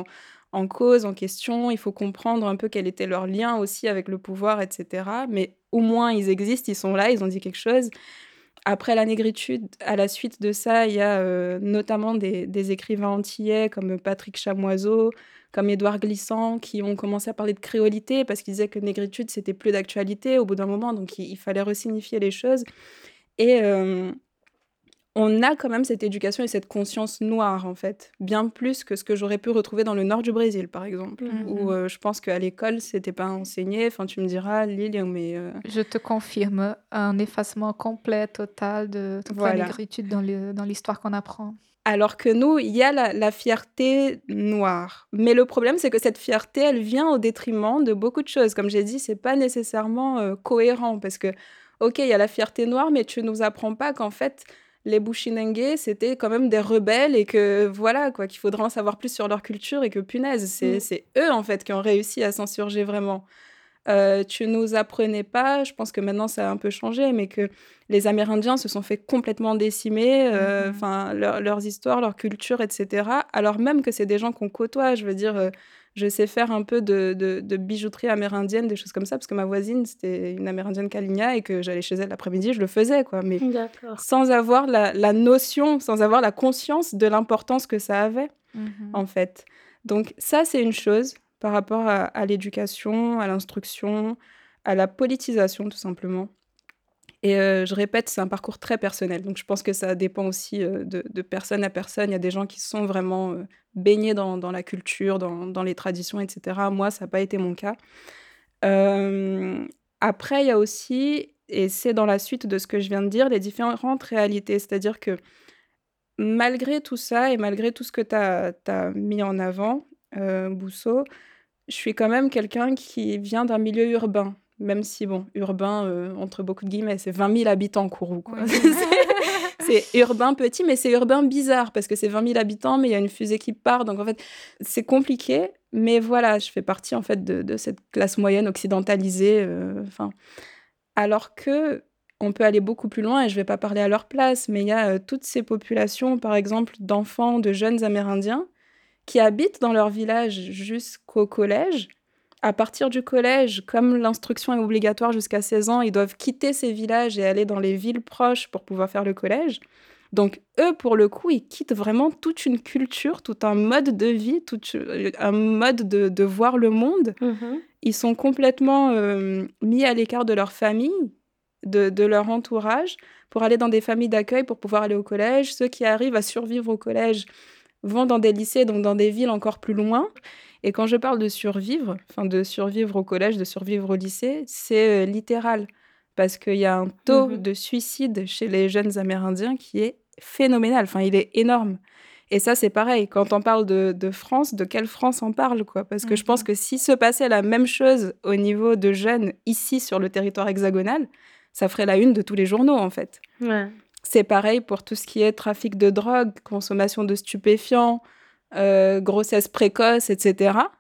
en cause, en question. Il faut comprendre un peu quel était leur lien aussi avec le pouvoir, et cetera. Mais au moins, ils existent, ils sont là, ils ont dit quelque chose. Après la négritude, à la suite de ça, il y a euh, notamment des, des écrivains antillais comme Patrick Chamoiseau, comme Édouard Glissant, qui ont commencé à parler de créolité parce qu'ils disaient que négritude, c'était plus d'actualité au bout d'un moment, donc il, il fallait resignifier les choses. Et euh, on a quand même cette éducation et cette conscience noire, en fait, bien plus que ce que j'aurais pu retrouver dans le nord du Brésil, par exemple, Mhm. où euh, je pense qu'à l'école, c'était pas enseigné. Enfin, tu me diras, Lily, mais... euh, Je te confirme, un effacement complet, total de toute Voilà. la négritude dans, le- dans l'histoire qu'on apprend. Alors que nous, il y a la, la fierté noire. Mais le problème, c'est que cette fierté, elle vient au détriment de beaucoup de choses. Comme j'ai dit, c'est pas nécessairement euh, cohérent parce que, ok, il y a la fierté noire, mais tu nous apprends pas qu'en fait, les Bushinengue, c'était quand même des rebelles et que voilà, quoi, qu'il faudra en savoir plus sur leur culture et que punaise, c'est, Mm. c'est eux en fait qui ont réussi à s'insurger vraiment. Euh, tu nous apprenais pas, je pense que maintenant ça a un peu changé, mais que les Amérindiens se sont fait complètement décimer, euh, Mhm. enfin leur- leurs histoires, leur culture, et cetera. Alors même que c'est des gens qu'on côtoie, je veux dire, euh, je sais faire un peu de, de- de bijouterie amérindienne, des choses comme ça, parce que ma voisine c'était une Amérindienne Kaligna et que j'allais chez elle l'après-midi, je le faisais, quoi. Mais D'accord. sans avoir la, la notion, sans avoir la conscience de l'importance que ça avait Mhm. en fait. Donc ça, c'est une chose par rapport à, à l'éducation, à l'instruction, à la politisation, tout simplement. Et euh, je répète, c'est un parcours très personnel. Donc je pense que ça dépend aussi euh, de, de personne à personne. Il y a des gens qui sont vraiment euh, baignés dans, dans la culture, dans, dans les traditions, et cetera. Moi, ça n'a pas été mon cas. Euh, Après, il y a aussi, et c'est dans la suite de ce que je viens de dire, les différentes réalités. C'est-à-dire que malgré tout ça et malgré tout ce que tu as mis en avant, euh, Bousso, je suis quand même quelqu'un qui vient d'un milieu urbain. Même si, bon, urbain, euh, entre beaucoup de guillemets, c'est vingt mille habitants, Kourou, quoi. Oui. C'est urbain petit, mais c'est urbain bizarre, parce que c'est vingt mille habitants, mais il y a une fusée qui part. Donc, en fait, c'est compliqué. Mais voilà, je fais partie, en fait, de, de cette classe moyenne occidentalisée. euh, Enfin, alors que on peut aller beaucoup plus loin, et je ne vais pas parler à leur place, mais il y a euh, toutes ces populations, par exemple, d'enfants, de jeunes Amérindiens, qui habitent dans leur village jusqu'au collège. À partir du collège, comme l'instruction est obligatoire jusqu'à seize ans, ils doivent quitter ces villages et aller dans les villes proches pour pouvoir faire le collège. Donc eux, pour le coup, ils quittent vraiment toute une culture, tout un mode de vie, tout un mode de, de voir le monde. Mhm. Ils sont complètement euh, mis à l'écart de leur famille, de, de leur entourage, pour aller dans des familles d'accueil, pour pouvoir aller au collège. Ceux qui arrivent à survivre au collège vont dans des lycées, donc dans des villes encore plus loin. Et quand je parle de survivre, enfin de survivre au collège, de survivre au lycée, c'est euh, littéral. Parce qu'il y a un taux Mhm. de suicide chez les jeunes Amérindiens qui est phénoménal. Enfin, il est énorme. Et ça, c'est pareil. Quand on parle de, de France, de quelle France on parle, quoi? Parce que je pense Mhm. que si se passait la même chose au niveau de jeunes ici sur le territoire hexagonal, ça ferait la une de tous les journaux, en fait. Ouais. C'est pareil pour tout ce qui est trafic de drogue, consommation de stupéfiants, euh, grossesse précoce, et cetera.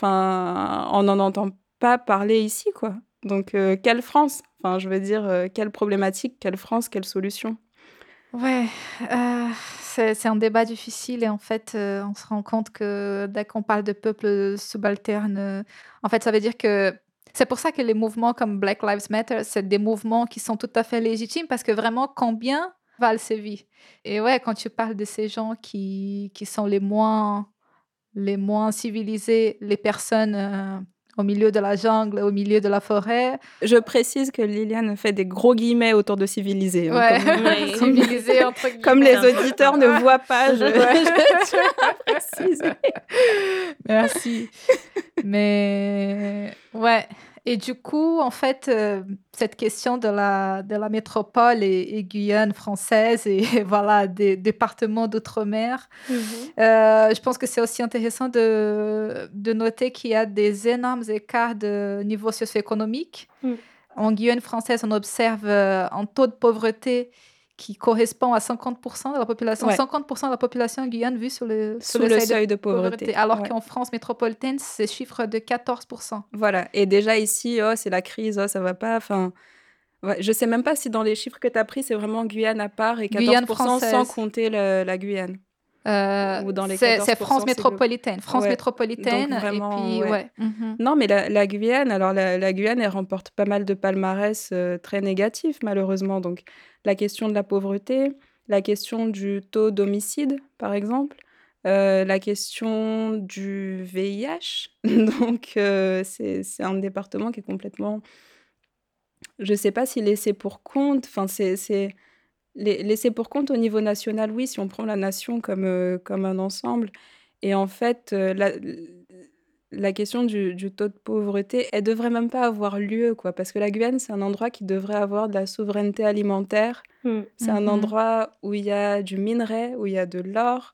Enfin, on n'en entend pas parler ici, quoi. Donc, euh, quelle France? Enfin, je veux dire, euh, quelle problématique, quelle France, quelle solution? Ouais, euh, c'est, c'est un débat difficile et en fait, euh, on se rend compte que dès qu'on parle de peuples subalternes, euh, en fait, ça veut dire que c'est pour ça que les mouvements comme Black Lives Matter, c'est des mouvements qui sont tout à fait légitimes parce que vraiment, combien valent ces vies? Et ouais, quand tu parles de ces gens qui, qui sont les moins, les moins civilisés, les personnes euh, au milieu de la jungle, au milieu de la forêt, Je précise que Liliane fait des gros guillemets autour de civilisé. Hein, ouais, comme, Oui. civilisés entre guillemets. comme les C'est auditeurs ne important. voient pas, je, Ouais. je tiens à préciser. Merci. Mais ouais. Et du coup, en fait, euh, cette question de la, de la métropole et, et Guyane française et voilà, des départements d'outre-mer, Mhm. euh, je pense que c'est aussi intéressant de, de noter qu'il y a des énormes écarts de niveau socio-économique. Mm. En Guyane française, on observe euh, un taux de pauvreté qui correspond à cinquante pour cent de la population. Ouais. cinquante pour cent de la population en Guyane vue sur le, sur Sous le seuil de pauvreté. alors Ouais. qu'en France métropolitaine, c'est chiffre de quatorze pour cent. Voilà. Et déjà ici, oh, c'est la crise, oh, ça va pas. Enfin, ouais, je sais même pas si dans les chiffres que tu as pris, c'est vraiment Guyane à part et quatorze Guyane pour cent sans française. compter le- la Guyane. Euh, Ou dans les c'est, quatorze c'est pour cent, France c'est métropolitaine. France Ouais. métropolitaine. Donc vraiment, et puis, ouais. ouais. Mhm. Non, mais la, la Guyane, alors la, la Guyane, elle remporte pas mal de palmarès euh, très négatifs, malheureusement. Donc, la question de la pauvreté, la question du taux d'homicide, par exemple, euh, la question du V I H. Donc, euh, c'est, c'est un département qui est complètement, je sais pas si laissé pour compte. Enfin, c'est, c'est les- laissé pour compte au niveau national, oui, si on prend la nation comme, euh, comme un ensemble. Et en fait, euh, la, la question du, du taux de pauvreté, elle devrait même pas avoir lieu, quoi, parce que la Guyane, c'est un endroit qui devrait avoir de la souveraineté alimentaire. Mm. C'est un Mhm. endroit où il y a du minerai, où il y a de l'or.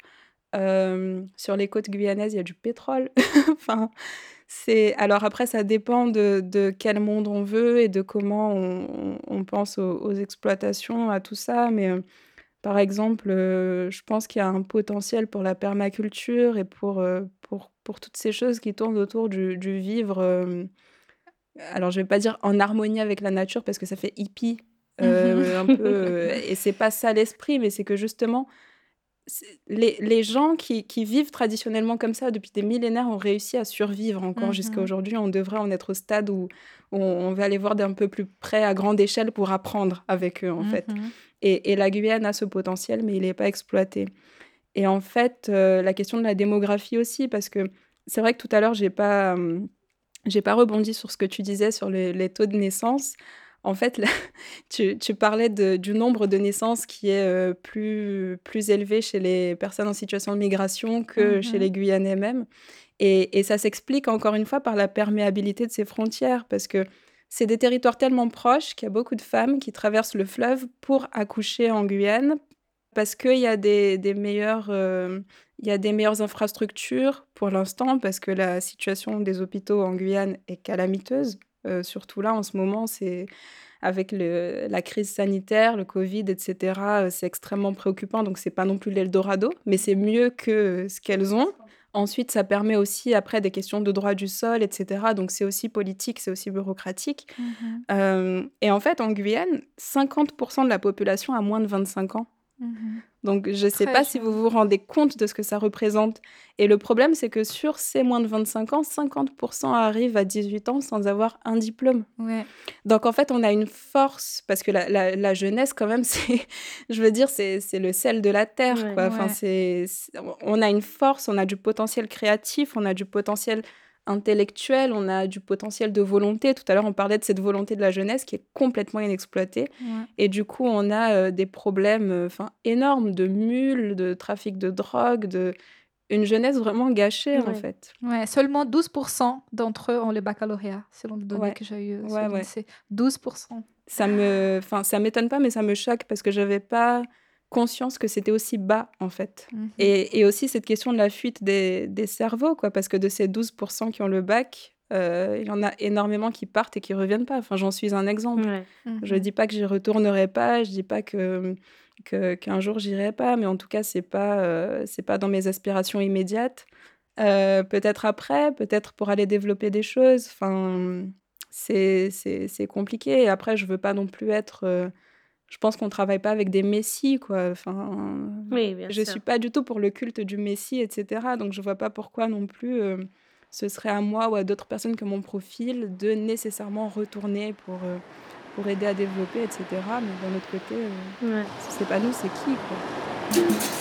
Euh, sur les côtes guyanaises, il y a du pétrole. Enfin, c'est... Alors après, ça dépend de, de quel monde on veut et de comment on, on- on pense aux, aux exploitations, à tout ça. Mais euh, par exemple, euh, je pense qu'il y a un potentiel pour la permaculture et pour, euh, pour, pour toutes ces choses qui tournent autour du, du vivre. euh, alors, je vais pas dire en harmonie avec la nature parce que ça fait hippie. euh, un peu, euh, et c'est pas ça l'esprit, mais c'est que justement, c'est- les, les gens qui, qui vivent traditionnellement comme ça depuis des millénaires ont réussi à survivre encore jusqu'à Mhm. aujourd'hui. On devrait en être au stade où on, on va aller voir d'un peu plus près, à grande échelle, pour apprendre avec eux, en fait. Mhm. Et, et la Guyane a ce potentiel, mais il n'est pas exploité. Et en fait, euh, la question de la démographie aussi, parce que c'est vrai que tout à l'heure, j'ai pas, hum, j'ai pas rebondi sur ce que tu disais sur les, les taux de naissance. En fait, là, tu, tu parlais de- du nombre de naissances qui est euh, plus, plus élevé chez les personnes en situation de migration que chez Mhm. les Guyanais même. Et, et ça s'explique encore une fois par la perméabilité de ces frontières, parce que c'est des territoires tellement proches qu'il y a beaucoup de femmes qui traversent le fleuve pour accoucher en Guyane, parce qu'il y a des, des meilleures, euh, il y a des meilleures infrastructures pour l'instant, parce que la situation des hôpitaux en Guyane est calamiteuse. Euh, surtout là, en ce moment, c'est avec le, la crise sanitaire, le Covid, et cetera, euh, c'est extrêmement préoccupant. Donc, c'est pas non plus l'Eldorado, mais c'est mieux que ce qu'elles ont. Ensuite, ça permet aussi, après, des questions de droit du sol, et cetera. Donc, c'est aussi politique, c'est aussi bureaucratique. Mhm. Euh, et en fait, en Guyane, cinquante pour cent de la population a moins de vingt-cinq ans. Mhm. Donc, je ne sais Très pas si vous jeune. vous rendez compte de ce que ça représente. Et le problème, c'est que sur ces moins de vingt-cinq ans, cinquante pour cent arrivent à dix-huit ans sans avoir un diplôme. Ouais. Donc, en fait, on a une force, parce que la, la- la jeunesse, quand même, c'est, je veux dire, c'est, c'est le sel de la terre, Ouais. quoi. Enfin, Ouais. c'est, c'est- on a une force, on a du potentiel créatif, on a du potentiel intellectuel, on a du potentiel de volonté. Tout à l'heure, on parlait de cette volonté de la jeunesse qui est complètement inexploitée. Ouais. Et du coup, on a euh, des problèmes euh, enfin, énormes de mules, de trafic de drogue, de... une jeunesse vraiment gâchée, en Ouais. fait. Ouais, seulement douze pour cent d'entre eux ont le baccalauréat, selon les données Ouais, que j'ai eues ouais, sur ouais. l'INSEE. douze pour cent. Ça me, enfin, ça m'étonne pas, mais ça me choque parce que j'avais pas conscience que c'était aussi bas, en fait. Mhm. Et, et aussi cette question de la fuite des, des cerveaux, quoi, parce que de ces douze pour cent qui ont le bac, euh, il y en a énormément qui partent et qui reviennent pas. Enfin, j'en suis un exemple. Ouais. Je Mhm. dis pas que j'y retournerai pas, je dis pas que, que qu'un jour j'irai pas, mais en tout cas c'est pas euh, c'est pas dans mes aspirations immédiates. Euh, peut-être après, peut-être pour aller développer des choses. Enfin, c'est c'est c'est compliqué. Et après, je veux pas non plus être. euh, je pense qu'on travaille pas avec des messies, quoi. Enfin, Oui, bien je sûr. suis pas du tout pour le culte du messie, et cetera. Donc je vois pas pourquoi non plus. euh, ce serait à moi ou à d'autres personnes que mon profil de nécessairement retourner pour euh, pour aider à développer, et cetera. Mais d'un autre côté, euh, Ouais. si c'est pas nous, c'est qui, quoi.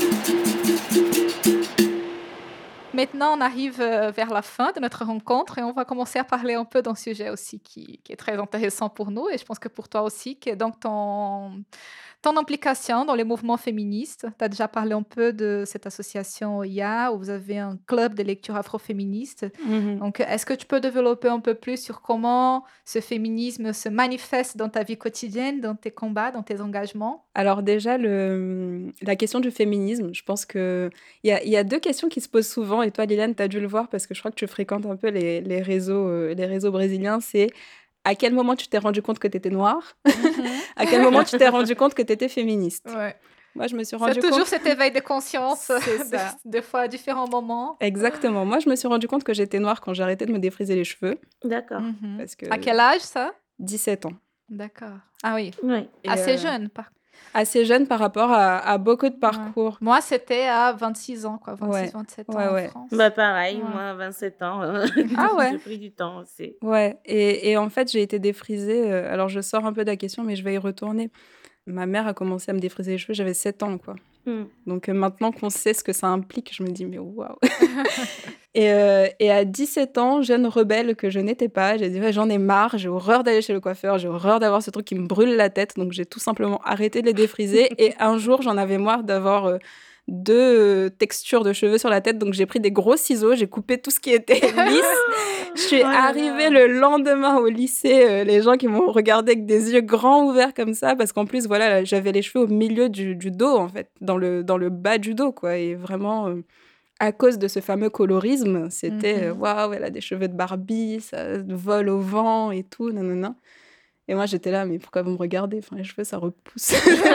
Maintenant, on arrive euh, vers la fin de notre rencontre et on va commencer à parler un peu d'un sujet aussi qui, qui est très intéressant pour nous et je pense que pour toi aussi, qui est donc ton, ton implication dans les mouvements féministes. Tu as déjà parlé un peu de cette association O I A où vous avez un club de lecture afroféministe. Mhm. Donc, est-ce que tu peux développer un peu plus sur comment ce féminisme se manifeste dans ta vie quotidienne, dans tes combats, dans tes engagements? Alors déjà, le, la question du féminisme, je pense qu'il y a, il y a deux questions qui se posent souvent, et toi, Liliane, tu as dû le voir parce que je crois que tu fréquentes un peu les, les réseaux, euh, les réseaux brésiliens, c'est à quel moment tu t'es rendu compte que tu étais noire, Mhm. à quel moment tu t'es rendu compte que tu étais féministe. Ouais. Moi, je me suis C'est rendu toujours compte... cet éveil de conscience, C'est des, ça. des fois à différents moments. Exactement. Moi, je me suis rendu compte que j'étais noire quand j'ai arrêté de me défriser les cheveux, D'accord. Mhm. parce que À quel âge ça? dix-sept ans. D'accord. Ah oui, Oui. Et assez euh, jeune. Par... Assez jeune par rapport à, à beaucoup de parcours. Ouais. Moi, c'était à vingt-six ans, quoi. vingt-six, Ouais. vingt-sept Ouais, ans ouais. en France. Bah pareil, Ouais. moi, vingt-sept ans, Ah ouais. j'ai pris du temps aussi. Ouais, et, et en fait, j'ai été défrisée. euh, alors, je sors un peu de la question, mais je vais y retourner. Ma mère a commencé à me défriser les cheveux, j'avais sept ans, quoi. Hmm. Donc, euh, maintenant qu'on sait ce que ça implique, je me dis, mais waouh. Et, euh, et à dix-sept ans, jeune rebelle que je n'étais pas, j'ai dit, ouais, j'en ai marre, j'ai horreur d'aller chez le coiffeur, j'ai horreur d'avoir ce truc qui me brûle la tête. Donc, j'ai tout simplement arrêté de les défriser. Et un jour, j'en avais marre d'avoir euh, deux euh, textures de cheveux sur la tête. Donc, j'ai pris des gros ciseaux, j'ai coupé tout ce qui était lisse. Je suis Oh là arrivée là. le lendemain au lycée, euh, les gens qui m'ont regardé avec des yeux grands ouverts comme ça, parce qu'en plus, voilà, là, j'avais les cheveux au milieu du, du dos, en fait, dans le, dans le bas du dos, quoi. Et vraiment, euh, à cause de ce fameux colorisme, c'était, euh, Mhm. waouh, elle a des cheveux de Barbie, ça vole au vent et tout, nanana. Et moi, j'étais là, mais pourquoi vous me regardez? Enfin, les cheveux, ça repousse.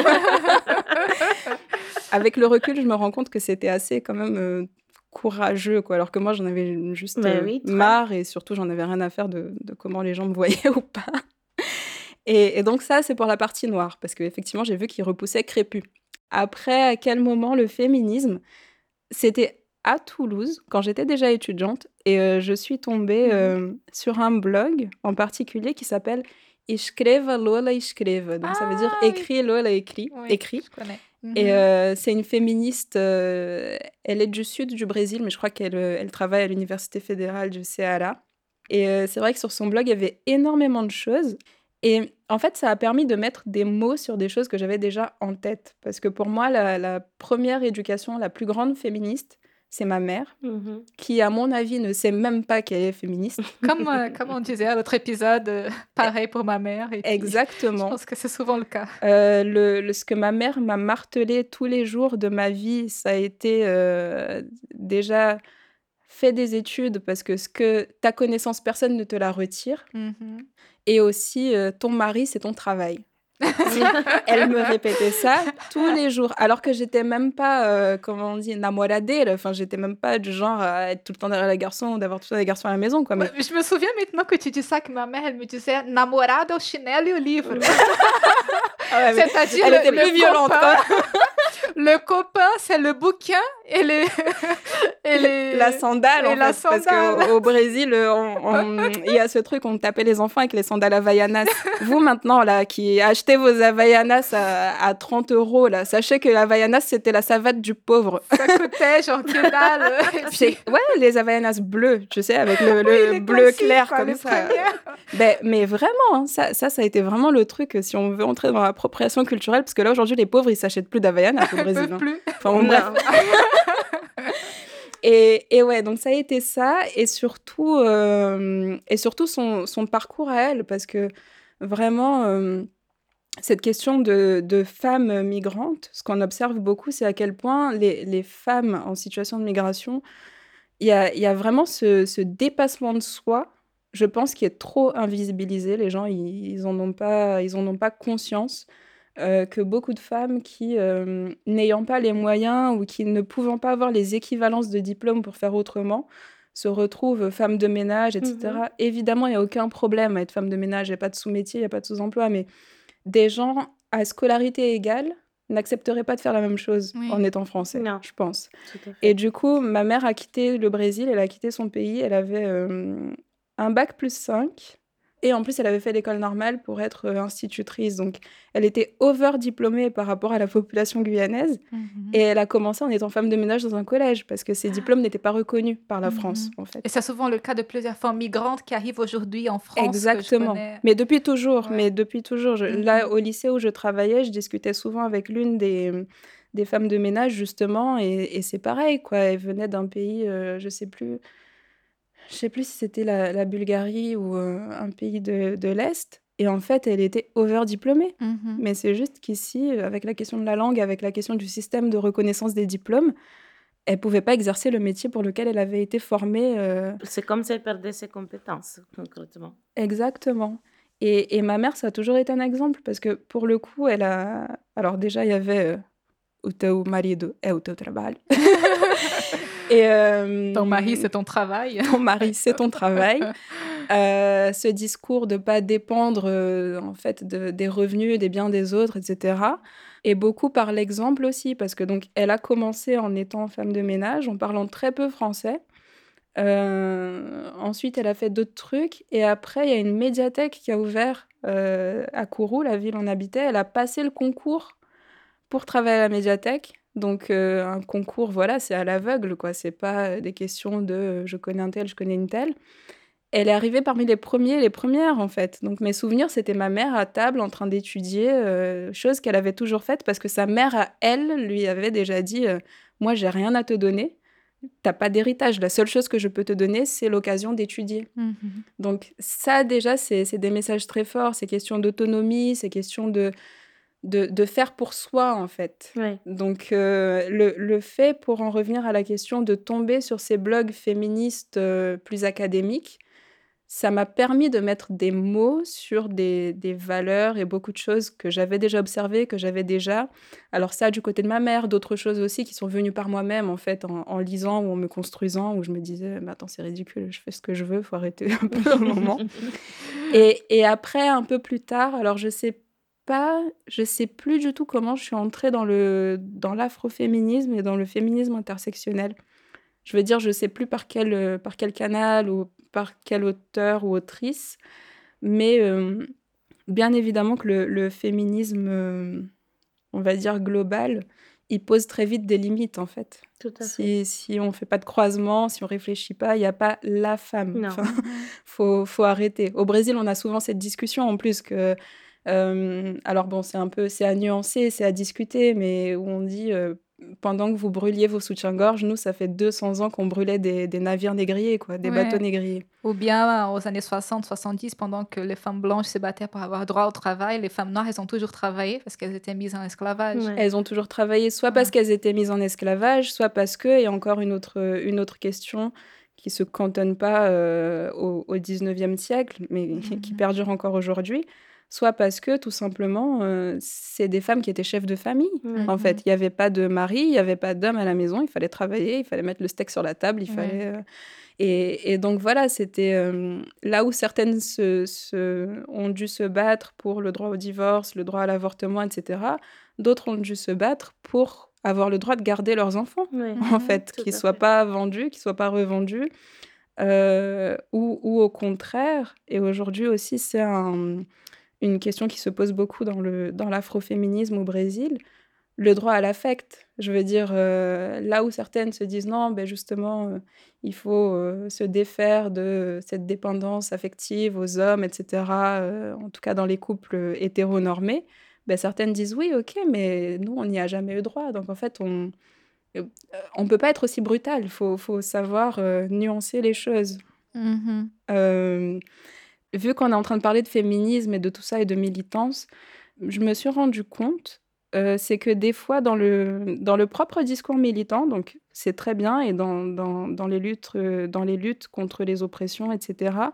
Avec le recul, je me rends compte que c'était assez quand même euh, courageux, quoi. Alors que moi, j'en avais juste Ben euh, oui, très. marre et surtout, j'en avais rien à faire de, de comment les gens me voyaient ou pas. Et, et donc ça, c'est pour la partie noire, parce qu'effectivement, j'ai vu qu'il repoussait crépus. Après, à quel moment le féminisme? C'était à Toulouse, quand j'étais déjà étudiante, et euh, je suis tombée Mhm. euh, sur un blog en particulier qui s'appelle Escreva Lola Escreva. Donc ça veut dire Ah oui. écrit Lola écrit. Oui, écrit. je connais. Et Mhm. euh, c'est une féministe, euh, elle est du sud du Brésil, mais je crois qu'elle euh, elle travaille à l'Université fédérale du Ceará. Et euh, c'est vrai que sur son blog, il y avait énormément de choses. Et en fait, ça a permis de mettre des mots sur des choses que j'avais déjà en tête. Parce que pour moi, la, la première éducation, la plus grande féministe, c'est ma mère, Mhm. qui, à mon avis, ne sait même pas qu'elle est féministe. Comme, euh, comme on disait à l'autre épisode, euh, pareil pour ma mère. Et puis, je Exactement. pense que c'est souvent le cas. Euh, le, le- ce que ma mère m'a martelé tous les jours de ma vie, ça a été euh, déjà fais des études parce que ce que ta connaissance, personne ne te la retire. Mhm. Et aussi, euh, ton mari, c'est ton travail. Elle me répétait ça tous les jours, alors que j'étais même pas, euh, comment on dit, namoradelle. Enfin, j'étais même pas du genre à être tout le temps derrière les garçons ou d'avoir tout le temps les garçons à la maison, quoi. Mais Ouais, je me souviens maintenant que tu dis ça, que ma mère, elle me disait namorada, au chinelo et au livre. Ah ouais, mais C'est-à-dire elle le, était le plus violente, copain. quoi. Le copain, c'est le bouquin et les... et les... La sandale, et en la fait, parce sandale. qu'au au Brésil, euh, on- on- il y a ce truc, on tapait les enfants avec les sandales Havaianas. Vous, maintenant, là, qui achetez vos Havaianas à, à trente euros, là, sachez que la Havaianas, c'était la savate du pauvre. Ça coûtait genre que dalle. Et puis, C'est- Ouais, les Havaianas bleues, tu sais, avec le, le oui, les bleu classiques, clair quoi, comme les ça. premières. Ben, mais vraiment, hein, ça, ça, ça a été vraiment le truc, euh, si on veut entrer dans l'appropriation culturelle, parce que là, aujourd'hui, les pauvres, ils s'achètent plus d'Havaianas au Ils Brésil. peuvent hein. plus. Enfin, bon, bref. Non. Et, et ouais, donc ça a été ça, et surtout, euh, et surtout son, son parcours à elle, parce que vraiment, euh, cette question de, de femmes migrantes, ce qu'on observe beaucoup, c'est à quel point les, les femmes en situation de migration, il y a, il y a vraiment ce, ce dépassement de soi, je pense, qui est trop invisibilisé. Les gens, ils, ils en ont pas, ils en ont pas conscience. euh, que beaucoup de femmes qui, euh, n'ayant pas les moyens ou qui ne pouvant pas avoir les équivalences de diplômes pour faire autrement, se retrouvent femmes de ménage, et cetera. Mhm. Évidemment, il n'y a aucun problème à être femme de ménage, il n'y a pas de sous-métier, il n'y a pas de sous-emploi, mais des gens à scolarité égale n'accepteraient pas de faire la même chose Oui. en étant français, Non. je pense. Tout à fait. Et du coup, ma mère a quitté le Brésil, elle a quitté son pays, elle avait euh, un bac plus cinq, et en plus, elle avait fait l'école normale pour être euh, institutrice. Donc, elle était over-diplômée par rapport à la population guyanaise, Mhm. et elle a commencé en étant femme de ménage dans un collège, parce que ses diplômes n'étaient pas reconnus par la Mhm. France, en fait. Et c'est souvent le cas de plusieurs femmes migrantes qui arrivent aujourd'hui en France. Exactement. Que je connais. Mais depuis toujours, Ouais. mais depuis toujours. Je- Mhm. Là, au lycée où je travaillais, je discutais souvent avec l'une des, des femmes de ménage, justement, et, et c'est pareil, quoi. Elle venait d'un pays, euh, je sais plus, je sais plus si c'était la, la Bulgarie ou euh, un pays de, de l'Est, et en fait, elle était over-diplômée. Mhm. Mais c'est juste qu'ici, euh, avec la question de la langue, avec la question du système de reconnaissance des diplômes, elle pouvait pas exercer le métier pour lequel elle avait été formée. euh, C'est comme si elle perdait ses compétences, concrètement. Exactement. Et, et ma mère, ça a toujours été un exemple parce que pour le coup, elle a. Alors, déjà, il y avait euh, o teu marido é o teu trabalho. Et, euh, Ton mari, c'est ton travail. ton mari, c'est ton travail. Euh, ce discours de pas dépendre euh, en fait de- des revenus, des biens des autres, et cetera. Et beaucoup par l'exemple aussi, parce que donc elle a commencé en étant femme de ménage, en parlant très peu français. Euh, ensuite, elle a fait d'autres trucs. Et après, il y a une médiathèque qui a ouvert euh, à Kourou, la ville où on habitait. Elle a passé le concours pour travailler à la médiathèque. Donc, euh, un concours, voilà, c'est à l'aveugle, quoi. C'est pas euh, des questions de euh, je connais un tel, je connais une telle. Elle est arrivée parmi les premiers, les premières, en fait. Donc, mes souvenirs, c'était ma mère à table en train d'étudier, euh, chose qu'elle avait toujours faite parce que sa mère, à elle, lui avait déjà dit euh, moi, j'ai rien à te donner. T'as pas d'héritage. La seule chose que je peux te donner, c'est l'occasion d'étudier. Mhm. Donc, ça, déjà, c'est, c'est des messages très forts. C'est question d'autonomie, c'est question de, de, de faire pour soi, en fait. Ouais. Donc, euh, le, le fait, pour en revenir à la question de tomber sur ces blogs féministes euh, plus académiques, ça m'a permis de mettre des mots sur des, des valeurs et beaucoup de choses que j'avais déjà observées, que j'avais déjà. Alors ça, du côté de ma mère, d'autres choses aussi qui sont venues par moi-même, en fait, en, en lisant ou en me construisant, où je me disais, bah, attends, c'est ridicule, je fais ce que je veux, il faut arrêter un peu un moment. Et, et après, un peu plus tard, alors je sais pas, je sais plus du tout comment je suis entrée dans, le, dans l'afroféminisme et dans le féminisme intersectionnel. Je veux dire, je sais plus par quel, euh, par quel canal ou par quel auteur ou autrice, mais euh, bien évidemment que le, le féminisme, euh, on va dire global, il pose très vite des limites, en fait. Tout à fait. Si, si on ne fait pas de croisement, si on ne réfléchit pas, il n'y a pas la femme. Non. Enfin, faut, faut arrêter. Au Brésil, on a souvent cette discussion, en plus, que... euh, alors bon, c'est un peu... C'est à nuancer, c'est à discuter, mais où on dit... euh, pendant que vous brûliez vos soutiens-gorge, nous, ça fait deux cents ans qu'on brûlait des, des navires négriers, quoi, des Ouais. bateaux négriers. Ou bien aux années soixante, soixante-dix, pendant que les femmes blanches se battaient pour avoir droit au travail, les femmes noires, elles ont toujours travaillé parce qu'elles étaient mises en esclavage. Ouais. Elles ont toujours travaillé, soit Ouais. parce qu'elles étaient mises en esclavage, soit parce que, et encore une autre, une autre question qui ne se cantonne pas euh, au, au dix-neuvième siècle, mais Mhm. qui perdure encore aujourd'hui, soit parce que, tout simplement, euh, c'est des femmes qui étaient chefs de famille. Ouais. En Mhm. fait, il n'y avait pas de mari, il n'y avait pas d'homme à la maison, il fallait travailler, il fallait mettre le steak sur la table, il Ouais. fallait... euh, Et, et donc voilà, c'était euh, là où certaines se, se- ont dû se battre pour le droit au divorce, le droit à l'avortement, et cetera. D'autres ont dû se battre pour avoir le droit de garder leurs enfants, Ouais. en Mhm. fait, Tout qu'ils à ne soient fait. pas vendus, qu'ils ne soient pas revendus, euh, ou, ou au contraire. Et aujourd'hui aussi, c'est un- une question qui se pose beaucoup dans le, dans l'afroféminisme au Brésil. Le droit à l'affect, je veux dire, euh, là où certaines se disent non, ben justement, euh, il faut euh, se défaire de cette dépendance affective aux hommes, et cetera, euh, en tout cas dans les couples hétéronormés, ben certaines disent oui, ok, mais nous, on n'y a jamais eu droit. Donc en fait, on euh, on peut pas être aussi brutal, il faut, faut savoir euh, nuancer les choses. Mhm. Euh, Vu qu'on est en train de parler de féminisme et de tout ça et de militance, je me suis rendu compte, euh, c'est que des fois, dans le, dans le propre discours militant, donc c'est très bien, et dans, dans, dans les luttes, euh, dans les luttes contre les oppressions, et cetera,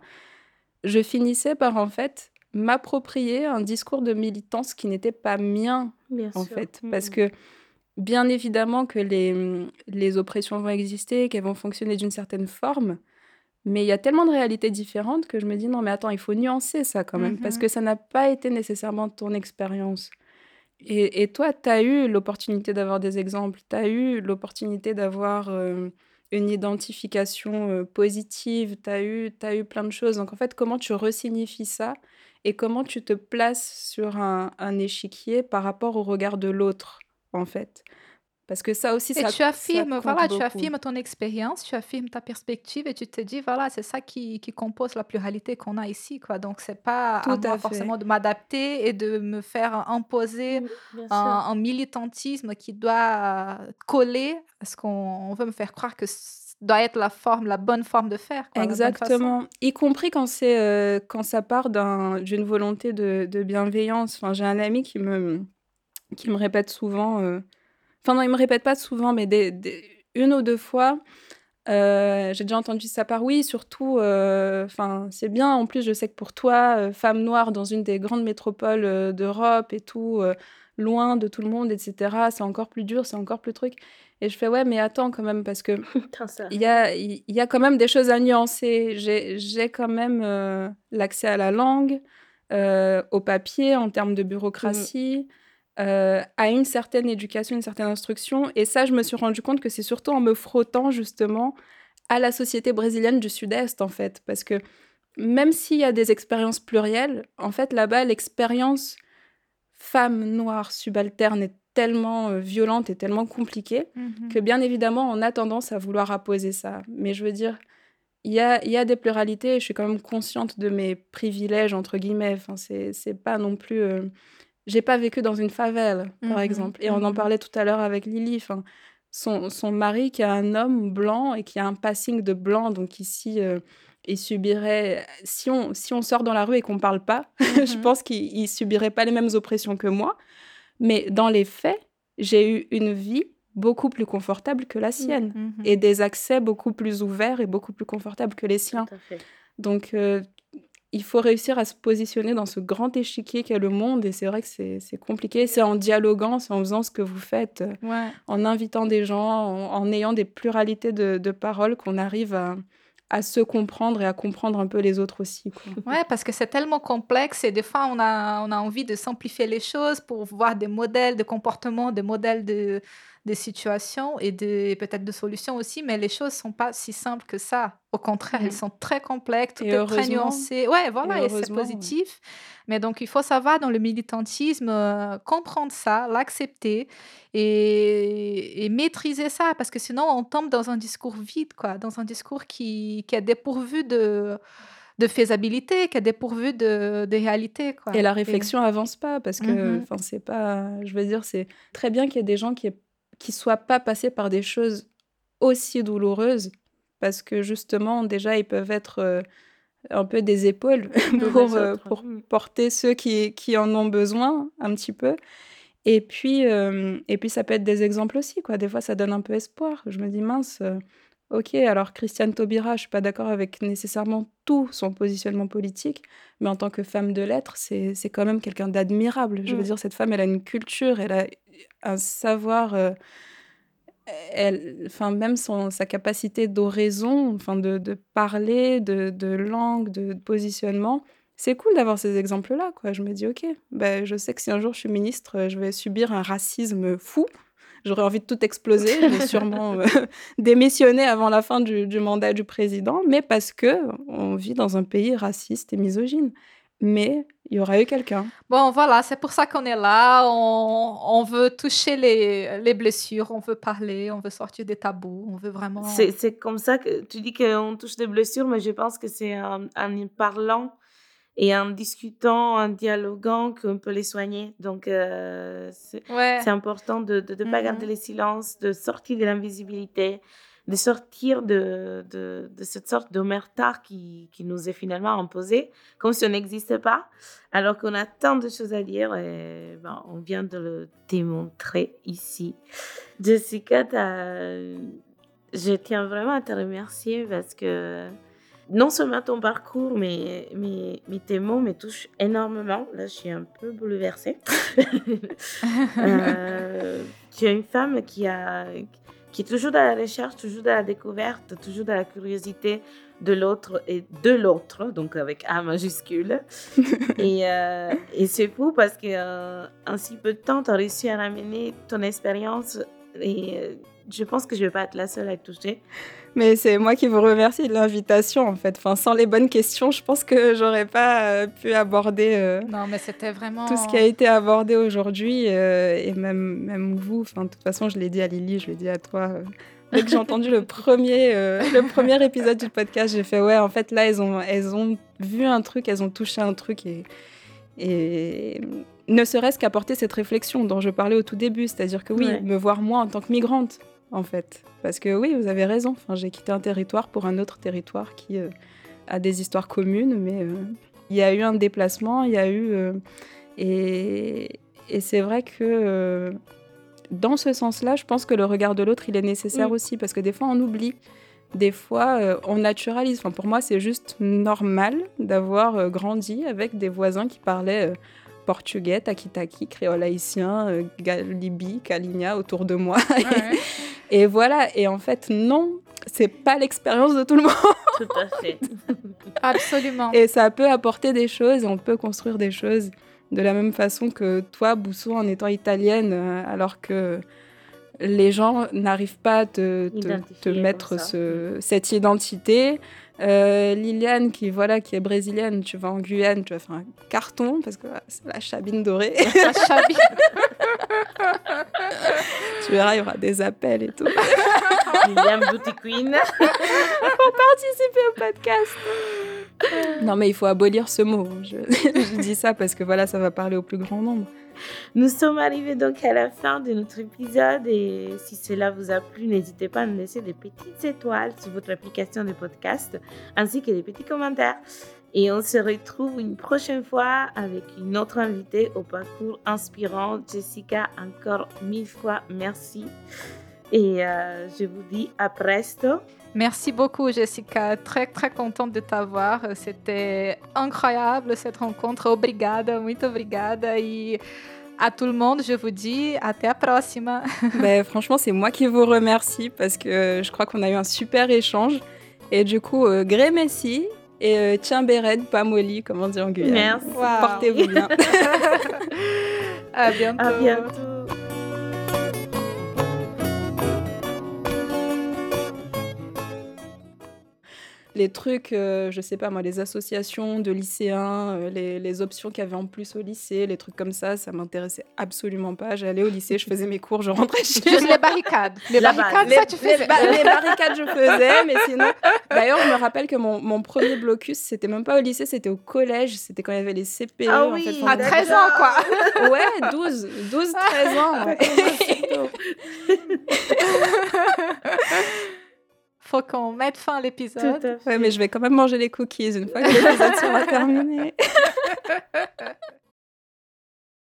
je finissais par, en fait, m'approprier un discours de militance qui n'était pas mien, Bien en sûr. fait. Mhm. Parce que, bien évidemment que les, les oppressions vont exister, qu'elles vont fonctionner d'une certaine forme, mais il y a tellement de réalités différentes que je me dis non, mais attends, il faut nuancer ça quand même, parce Mhm. que ça n'a pas été nécessairement ton expérience. Et, et toi, tu as eu l'opportunité d'avoir des exemples, tu as eu l'opportunité d'avoir euh, une identification euh, positive, tu as eu, t'as eu plein de choses. Donc en fait, comment tu resignifies ça et comment tu te places sur un, un échiquier par rapport au regard de l'autre, en fait. Parce que ça aussi, Et ça, tu ça affirmes, compte voilà, tu beaucoup. affirmes ton expérience, tu affirmes ta perspective et tu te dis, voilà, c'est ça qui, qui compose la pluralité qu'on a ici, quoi. Donc, c'est pas à Tout moi à fait. forcément de m'adapter et de me faire imposer Mm, Bien un, sûr. un militantisme qui doit coller à ce qu'on on veut me faire croire que ce doit être la forme, la bonne forme de faire, quoi, la bonne façon. Exactement. Y compris quand c'est euh, quand ça part d'un, d'une volonté de, de bienveillance. Enfin, j'ai un ami qui me, qui me répète souvent... euh, Enfin, non, il me répète pas souvent, mais des, des- une ou deux fois, euh, j'ai déjà entendu sa part. Oui, surtout, euh, enfin, c'est bien. En plus, je sais que pour toi, euh, femme noire dans une des grandes métropoles euh, d'Europe et tout, euh, loin de tout le monde, et cetera, c'est encore plus dur, c'est encore plus truc. Et je fais, ouais, mais attends quand même, parce que T'en sais il y rien. a, il y a quand même des choses à nuancer. J'ai, j'ai quand même euh, l'accès à la langue, euh, au papier en termes de Mm. bureaucratie. euh, a une certaine éducation, une certaine instruction. Et ça, je me suis rendu compte que c'est surtout en me frottant justement à la société brésilienne du Sud-Est, en fait. Parce que même s'il y a des expériences plurielles, en fait, là-bas, l'expérience femme noire subalterne est tellement euh, violente et tellement compliquée Mhm. que, bien évidemment, on a tendance à vouloir apposer ça. Mais je veux dire, il y a, il y a des pluralités et je suis quand même consciente de mes privilèges, entre guillemets. Enfin, c'est, c'est pas non plus... euh, J'ai pas vécu dans une favelle, par Mhm. exemple. Et on en Mhm. parlait tout à l'heure avec Lily. Enfin, son, son mari qui est un homme blanc et qui a un passing de blanc, donc ici... euh, il subirait, si on, si on sort dans la rue et qu'on ne parle pas, je Mhm. pense qu'il ne subirait pas les mêmes oppressions que moi. Mais dans les faits, j'ai eu une vie beaucoup plus confortable que la sienne Mhm. et des accès beaucoup plus ouverts et beaucoup plus confortables que les siens. Tout à fait. Donc, euh, il faut réussir à se positionner dans ce grand échiquier qu'est le monde. Et c'est vrai que c'est, c'est compliqué. C'est en dialoguant, c'est en faisant ce que vous faites, euh, Ouais. en invitant des gens, en, en ayant des pluralités de, de paroles qu'on arrive à, à se comprendre et à comprendre un peu les autres aussi, quoi. Ouais, parce que c'est tellement complexe et des fois, on a, on a envie de simplifier les choses pour voir des modèles de comportement, des modèles de, de situations et de, peut-être de solutions aussi, mais les choses sont pas si simples que ça. Au contraire, elles Mm. sont très complexes, tout Et est très heureusement, nuancé. Ouais, et voilà, et c'est heureusement, ouais. positif. Mais donc, il faut savoir dans le militantisme, euh, comprendre ça, l'accepter et, et maîtriser ça, parce que sinon, on tombe dans un discours vide, quoi, dans un discours qui, qui est dépourvu de de faisabilité, qui est dépourvu de, de réalité, quoi. Et la Et... réflexion avance pas parce que, Mhm. enfin, c'est pas, je veux dire, c'est très bien qu'il y ait des gens qui, aient- qui soient pas passés par des choses aussi douloureuses parce que justement, déjà, ils peuvent être euh, un peu des épaules Pour pour, les euh, autres. pour Mm. porter ceux qui, qui en ont besoin un petit peu. Et puis, euh, et puis, ça peut être des exemples aussi, quoi. Des fois, ça donne un peu espoir. Je me dis, mince, euh, ok, alors Christiane Taubira, je suis pas d'accord avec nécessairement tout son positionnement politique, mais en tant que femme de lettres, c'est, c'est quand même quelqu'un d'admirable. Je veux Mm. dire, cette femme, elle a une culture, elle a un savoir, euh, elle, enfin, même son, sa capacité d'oraison, enfin, de, de parler, de, de langue, de positionnement. C'est cool d'avoir ces exemples-là, quoi. Je me dis, ok, ben, je sais que si un jour je suis ministre, je vais subir un racisme fou. J'aurais envie de tout exploser. Je vais sûrement euh, démissionner avant la fin du, du mandat du président, mais parce que on vit dans un pays raciste et misogyne. Mais il y aura eu quelqu'un. Bon, voilà, c'est pour ça qu'on est là. On, on veut toucher les, les blessures, on veut parler, on veut sortir des tabous, on veut vraiment... C'est, c'est comme ça que tu dis qu'on touche des blessures, mais je pense que c'est en, en y parlant et en discutant, en dialoguant qu'on peut les soigner. Donc, euh, c'est, Ouais. c'est important de ne de, de pas Mhm. garder le silence, de sortir de l'invisibilité, de sortir de, de, de cette sorte d'omerta qui, qui nous est finalement imposée, comme si on n'existait pas, alors qu'on a tant de choses à dire et ben, on vient de le démontrer ici. Jessica, t'as... je tiens vraiment à te remercier parce que non seulement ton parcours, mais, mais, mais tes mots me touchent énormément. Là, je suis un peu bouleversée. euh, tu es une femme qui, a, qui est toujours dans la recherche, toujours dans la découverte, toujours dans la curiosité de l'autre et de l'autre, donc avec A majuscule. et, euh, et c'est fou parce qu'en euh, si peu de temps, tu as réussi à ramener ton expérience et euh, je pense que je ne vais pas être la seule à être touchée. Mais c'est moi qui vous remercie de l'invitation, en fait. Enfin, sans les bonnes questions, je pense que j'aurais pas euh, pu aborder euh, Non, mais c'était vraiment... tout ce qui a été abordé aujourd'hui. Euh, et même, même vous, enfin, de toute façon, je l'ai dit à Lily, je l'ai dit à toi. Euh, dès que j'ai entendu le premier, euh, le premier épisode du podcast, j'ai fait, ouais, en fait, là, elles ont, elles ont vu un truc, elles ont touché un truc. Et, et ne serait-ce qu'apporter cette réflexion dont je parlais au tout début. C'est-à-dire que oui, Ouais. me voir moi en tant que migrante, en fait. Parce que oui, vous avez raison. Enfin, j'ai quitté un territoire pour un autre territoire qui euh, a des histoires communes, mais euh, il y a eu un déplacement, il y a eu... Euh, et, et c'est vrai que euh, dans ce sens-là, je pense que le regard de l'autre, il est nécessaire Mm. aussi, parce que des fois, on oublie. Des fois, euh, on naturalise. Enfin, pour moi, c'est juste normal d'avoir euh, grandi avec des voisins qui parlaient... Euh, portugais, taki-taki, créole haïtien, euh, galibi, caligna autour de moi. Ouais. Et voilà, et en fait, non, c'est pas l'expérience de tout le monde. Tout à fait. Absolument. Et ça peut apporter des choses, on peut construire des choses. De la même façon que toi, Bousso, en étant italienne, euh, alors que les gens n'arrivent pas à te, te, te mettre ce, cette identité. Euh, Liliane, qui, voilà, qui est brésilienne, tu vas en Guyane, tu vas faire un carton, parce que voilà, c'est la chabine dorée. La chabine. Tu verras, il y aura des appels et tout. Liliane Beauty Queen. Pour participer au podcast. Non, mais il faut abolir ce mot. Je, je dis ça parce que voilà, ça va parler au plus grand nombre. Nous sommes arrivés donc à la fin de notre épisode et si cela vous a plu, n'hésitez pas à nous laisser des petites étoiles sur votre application de podcast ainsi que des petits commentaires. Et on se retrouve une prochaine fois avec une autre invitée au parcours inspirant. Jessica, encore mille fois merci. Et euh, je vous dis à presto. Merci beaucoup, Jessica. Très, très contente de t'avoir. C'était incroyable cette rencontre. Obrigada, muito obrigada. Et à tout le monde, je vous dis até a próxima. Ben, franchement, c'est moi qui vous remercie parce que je crois qu'on a eu un super échange. Et du coup, euh, gré messi et euh, tiens béred, pas molly, comme on dit en Guyane. Merci. Wow. Portez-vous bien. À bientôt. À bientôt. Les trucs, euh, je sais pas moi, les associations de lycéens, euh, les, les options qu'il y avait en plus au lycée, les trucs comme ça, ça m'intéressait absolument pas. J'allais au lycée, je faisais mes cours, je rentrais chez moi. Juste les barricades. Les La barricades, base. ça, Les, tu faisais. les, ba- les barricades, je faisais, mais sinon... D'ailleurs, je me rappelle que mon, mon premier blocus, c'était même pas au lycée, c'était au collège. C'était quand il y avait les C P E. Ah en oui, fait. À Enfin, treize ans, quoi. Ouais, douze, douze, treize ans. Ouais. Faut qu'on mette fin à Tout l'épisode. à fait. Ouais, mais je vais quand même manger les cookies une fois que l'épisode sera terminé.